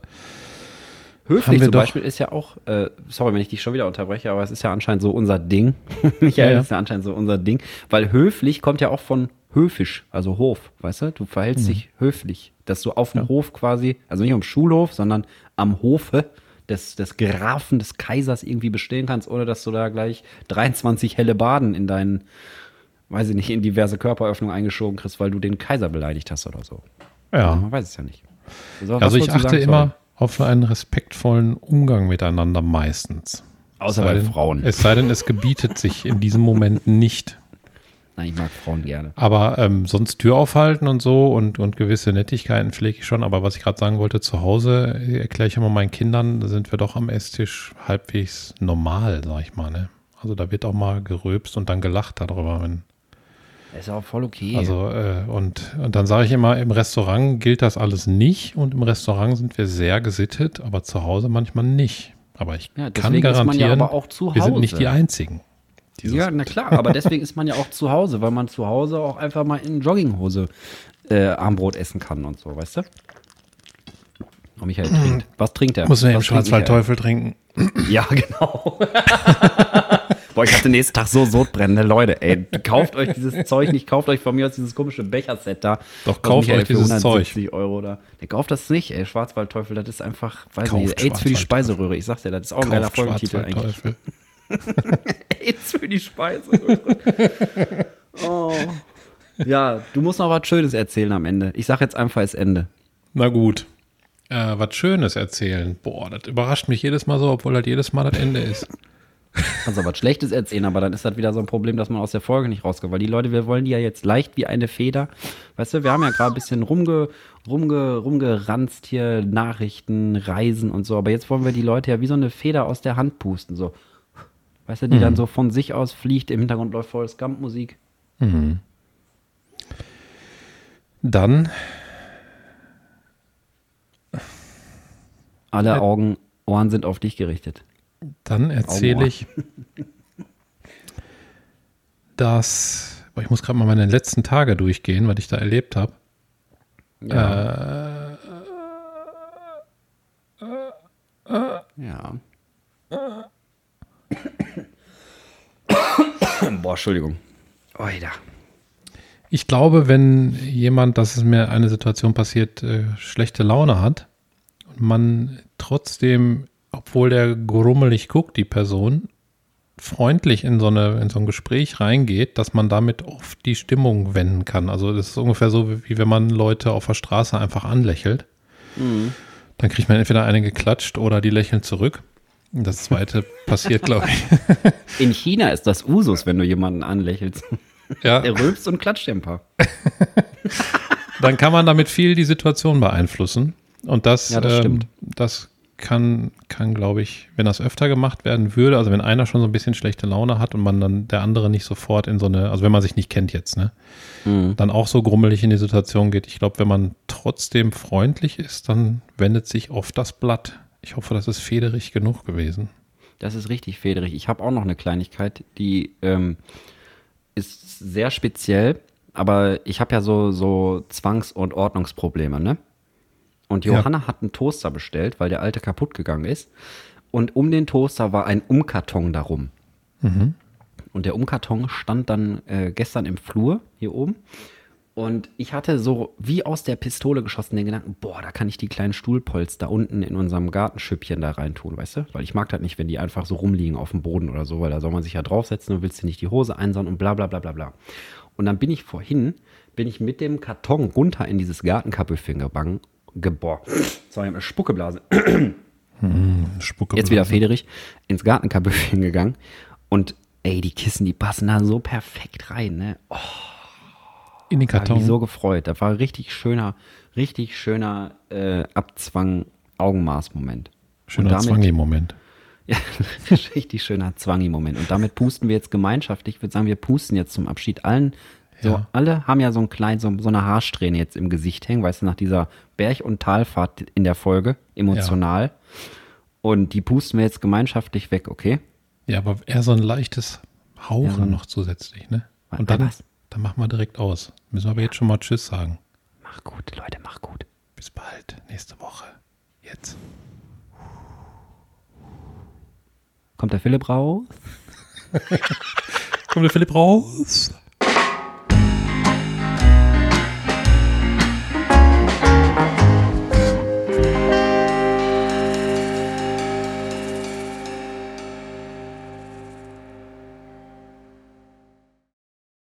Höflich zum Beispiel ist ja auch, äh, sorry, wenn ich dich schon wieder unterbreche, aber es ist ja anscheinend so unser Ding. Michael, ja, ja. ist ja anscheinend so unser Ding. Weil höflich kommt ja auch von höfisch, also Hof, weißt du? Du verhältst mhm. dich höflich. Dass du auf dem ja. Hof quasi, also nicht am Schulhof, sondern am Hofe des, des Grafen, des Kaisers irgendwie bestehen kannst, ohne dass du da gleich dreiundzwanzig helle Baden in deinen, weiß ich nicht, in diverse Körperöffnungen eingeschoben kriegst, weil du den Kaiser beleidigt hast oder so. Ja. Man weiß es ja nicht. So, also ich achte immer auf einen respektvollen Umgang miteinander meistens. Außer bei denn, Frauen. Es sei denn, es gebietet sich in diesem Moment nicht. Nein, ich mag Frauen gerne. Aber ähm, sonst Tür aufhalten und so und, und gewisse Nettigkeiten pflege ich schon. Aber was ich gerade sagen wollte, zu Hause erkläre ich immer meinen Kindern, da sind wir doch am Esstisch halbwegs normal, sag ich mal. Ne? Also da wird auch mal gerülpst und dann gelacht darüber. Wenn, ist auch voll okay. Also äh, und, und dann sage ich immer, im Restaurant gilt das alles nicht und im Restaurant sind wir sehr gesittet, aber zu Hause manchmal nicht. Aber ich ja, kann garantieren, ist man ja aber auch zu Hause. Wir sind nicht die Einzigen. Ja, na klar, aber deswegen ist man ja auch zu Hause, weil man zu Hause auch einfach mal in Jogginghose äh, Armbrot essen kann und so, weißt du? Und Michael trinkt. Was trinkt er? Muss man ja im Schwarzwaldteufel trinken. Ja, genau. Boah, ich hatte nächsten Tag so sodbrennende Leute, ey. Kauft euch dieses Zeug nicht, kauft euch von mir aus dieses komische Becherset da. Doch, kauft euch dieses hundertsiebzig Euro da. Der kauft das nicht, ey. Schwarzwaldteufel, das ist einfach, weiß nicht, AIDS für die Speiseröhre. Ich sag's dir, das ist auch ein geiler Folgentitel eigentlich. AIDS für die Speiseröhre. Oh. Ja, du musst noch was Schönes erzählen am Ende. Ich sag jetzt einfach das Ende. Na gut. Äh, was Schönes erzählen. Boah, das überrascht mich jedes Mal so, obwohl das jedes Mal das Ende ist. Kannst aber was Schlechtes erzählen, aber dann ist das wieder so ein Problem, dass man aus der Folge nicht rauskommt. Weil die Leute, wir wollen die ja jetzt leicht wie eine Feder. Weißt du, wir haben ja gerade ein bisschen rumge, rumge, rumgeranzt hier, Nachrichten, Reisen und so. Aber jetzt wollen wir die Leute ja wie so eine Feder aus der Hand pusten. So. Weißt du, die mhm. dann so von sich aus fliegt, im Hintergrund läuft Forrest Gump Musik. Mhm. Dann alle Augen, Ohren sind auf dich gerichtet. Dann erzähle ich, dass, boah, ich muss gerade mal meine letzten Tage durchgehen, was ich da erlebt habe. Ja. Äh, äh, äh, ja. Boah, Entschuldigung. Oida. Ich glaube, wenn jemand, dass es mir eine Situation passiert, äh, schlechte Laune hat und man trotzdem, obwohl der grummelig guckt, die Person, freundlich in so, eine, in so ein Gespräch reingeht, dass man damit oft die Stimmung wenden kann. Also das ist ungefähr so, wie wenn man Leute auf der Straße einfach anlächelt. Mhm. Dann kriegt man entweder eine geklatscht oder die lächeln zurück. Das zweite passiert, glaube ich. In China ist das Usus, wenn du jemanden anlächelst. Ja. Er rülpst und klatscht dir ein paar. Dann kann man damit viel die Situation beeinflussen. Und das, ja, das ähm, stimmt. Das kann, kann, glaube ich, wenn das öfter gemacht werden würde, also wenn einer schon so ein bisschen schlechte Laune hat und man dann der andere nicht sofort in so eine, also wenn man sich nicht kennt jetzt, ne, mhm. dann auch so grummelig in die Situation geht. Ich glaube, wenn man trotzdem freundlich ist, dann wendet sich oft das Blatt. Ich hoffe, das ist federig genug gewesen. Das ist richtig federig. Ich habe auch noch eine Kleinigkeit, die ähm, ist sehr speziell, aber ich habe ja so, so Zwangs- und Ordnungsprobleme, ne? Und Johanna ja. hat einen Toaster bestellt, weil der alte kaputt gegangen ist. Und um den Toaster war ein Umkarton darum. Mhm. Und der Umkarton stand dann äh, gestern im Flur hier oben. Und ich hatte so wie aus der Pistole geschossen den Gedanken, boah, da kann ich die kleinen Stuhlpolster unten in unserem Gartenschüppchen da reintun, weißt du? Weil ich mag das nicht, wenn die einfach so rumliegen auf dem Boden oder so, weil da soll man sich ja draufsetzen und willst dir nicht die Hose einsauen und bla bla bla bla bla. Und dann bin ich vorhin, bin ich mit dem Karton runter in dieses Gartenkabuffin gegangen, geboren. Sorry, eine Spuckeblase. Hm, Spuckeblase. Jetzt wieder federig, ins Gartenkabuffin gegangen. Und ey, die Kissen, die passen da so perfekt rein, ne? Oh. In den Da habe ich Karton. mich so gefreut. Da war ein richtig schöner, richtig schöner äh, Abzwang-Augenmaß-Moment. Schöner damit- Zwangi-Moment. Ja, richtig schöner Zwangi-Moment. Und damit pusten wir jetzt gemeinschaftlich. Ich würde sagen, wir pusten jetzt zum Abschied allen. So, Ja. alle haben ja so ein klein, so, so eine Haarsträhne jetzt im Gesicht hängen, weißt du, nach dieser Berg- und Talfahrt in der Folge, emotional. Und die pusten wir jetzt gemeinschaftlich weg, okay? Ja, aber eher so ein leichtes Hauchen Ja, so ein- noch zusätzlich, ne? Wa- Und dann, was? dann machen wir direkt aus. Müssen wir aber jetzt schon mal Tschüss sagen. Mach gut, Leute, mach gut. Bis bald, nächste Woche. Jetzt. Kommt der Philipp raus? Kommt der Philipp raus?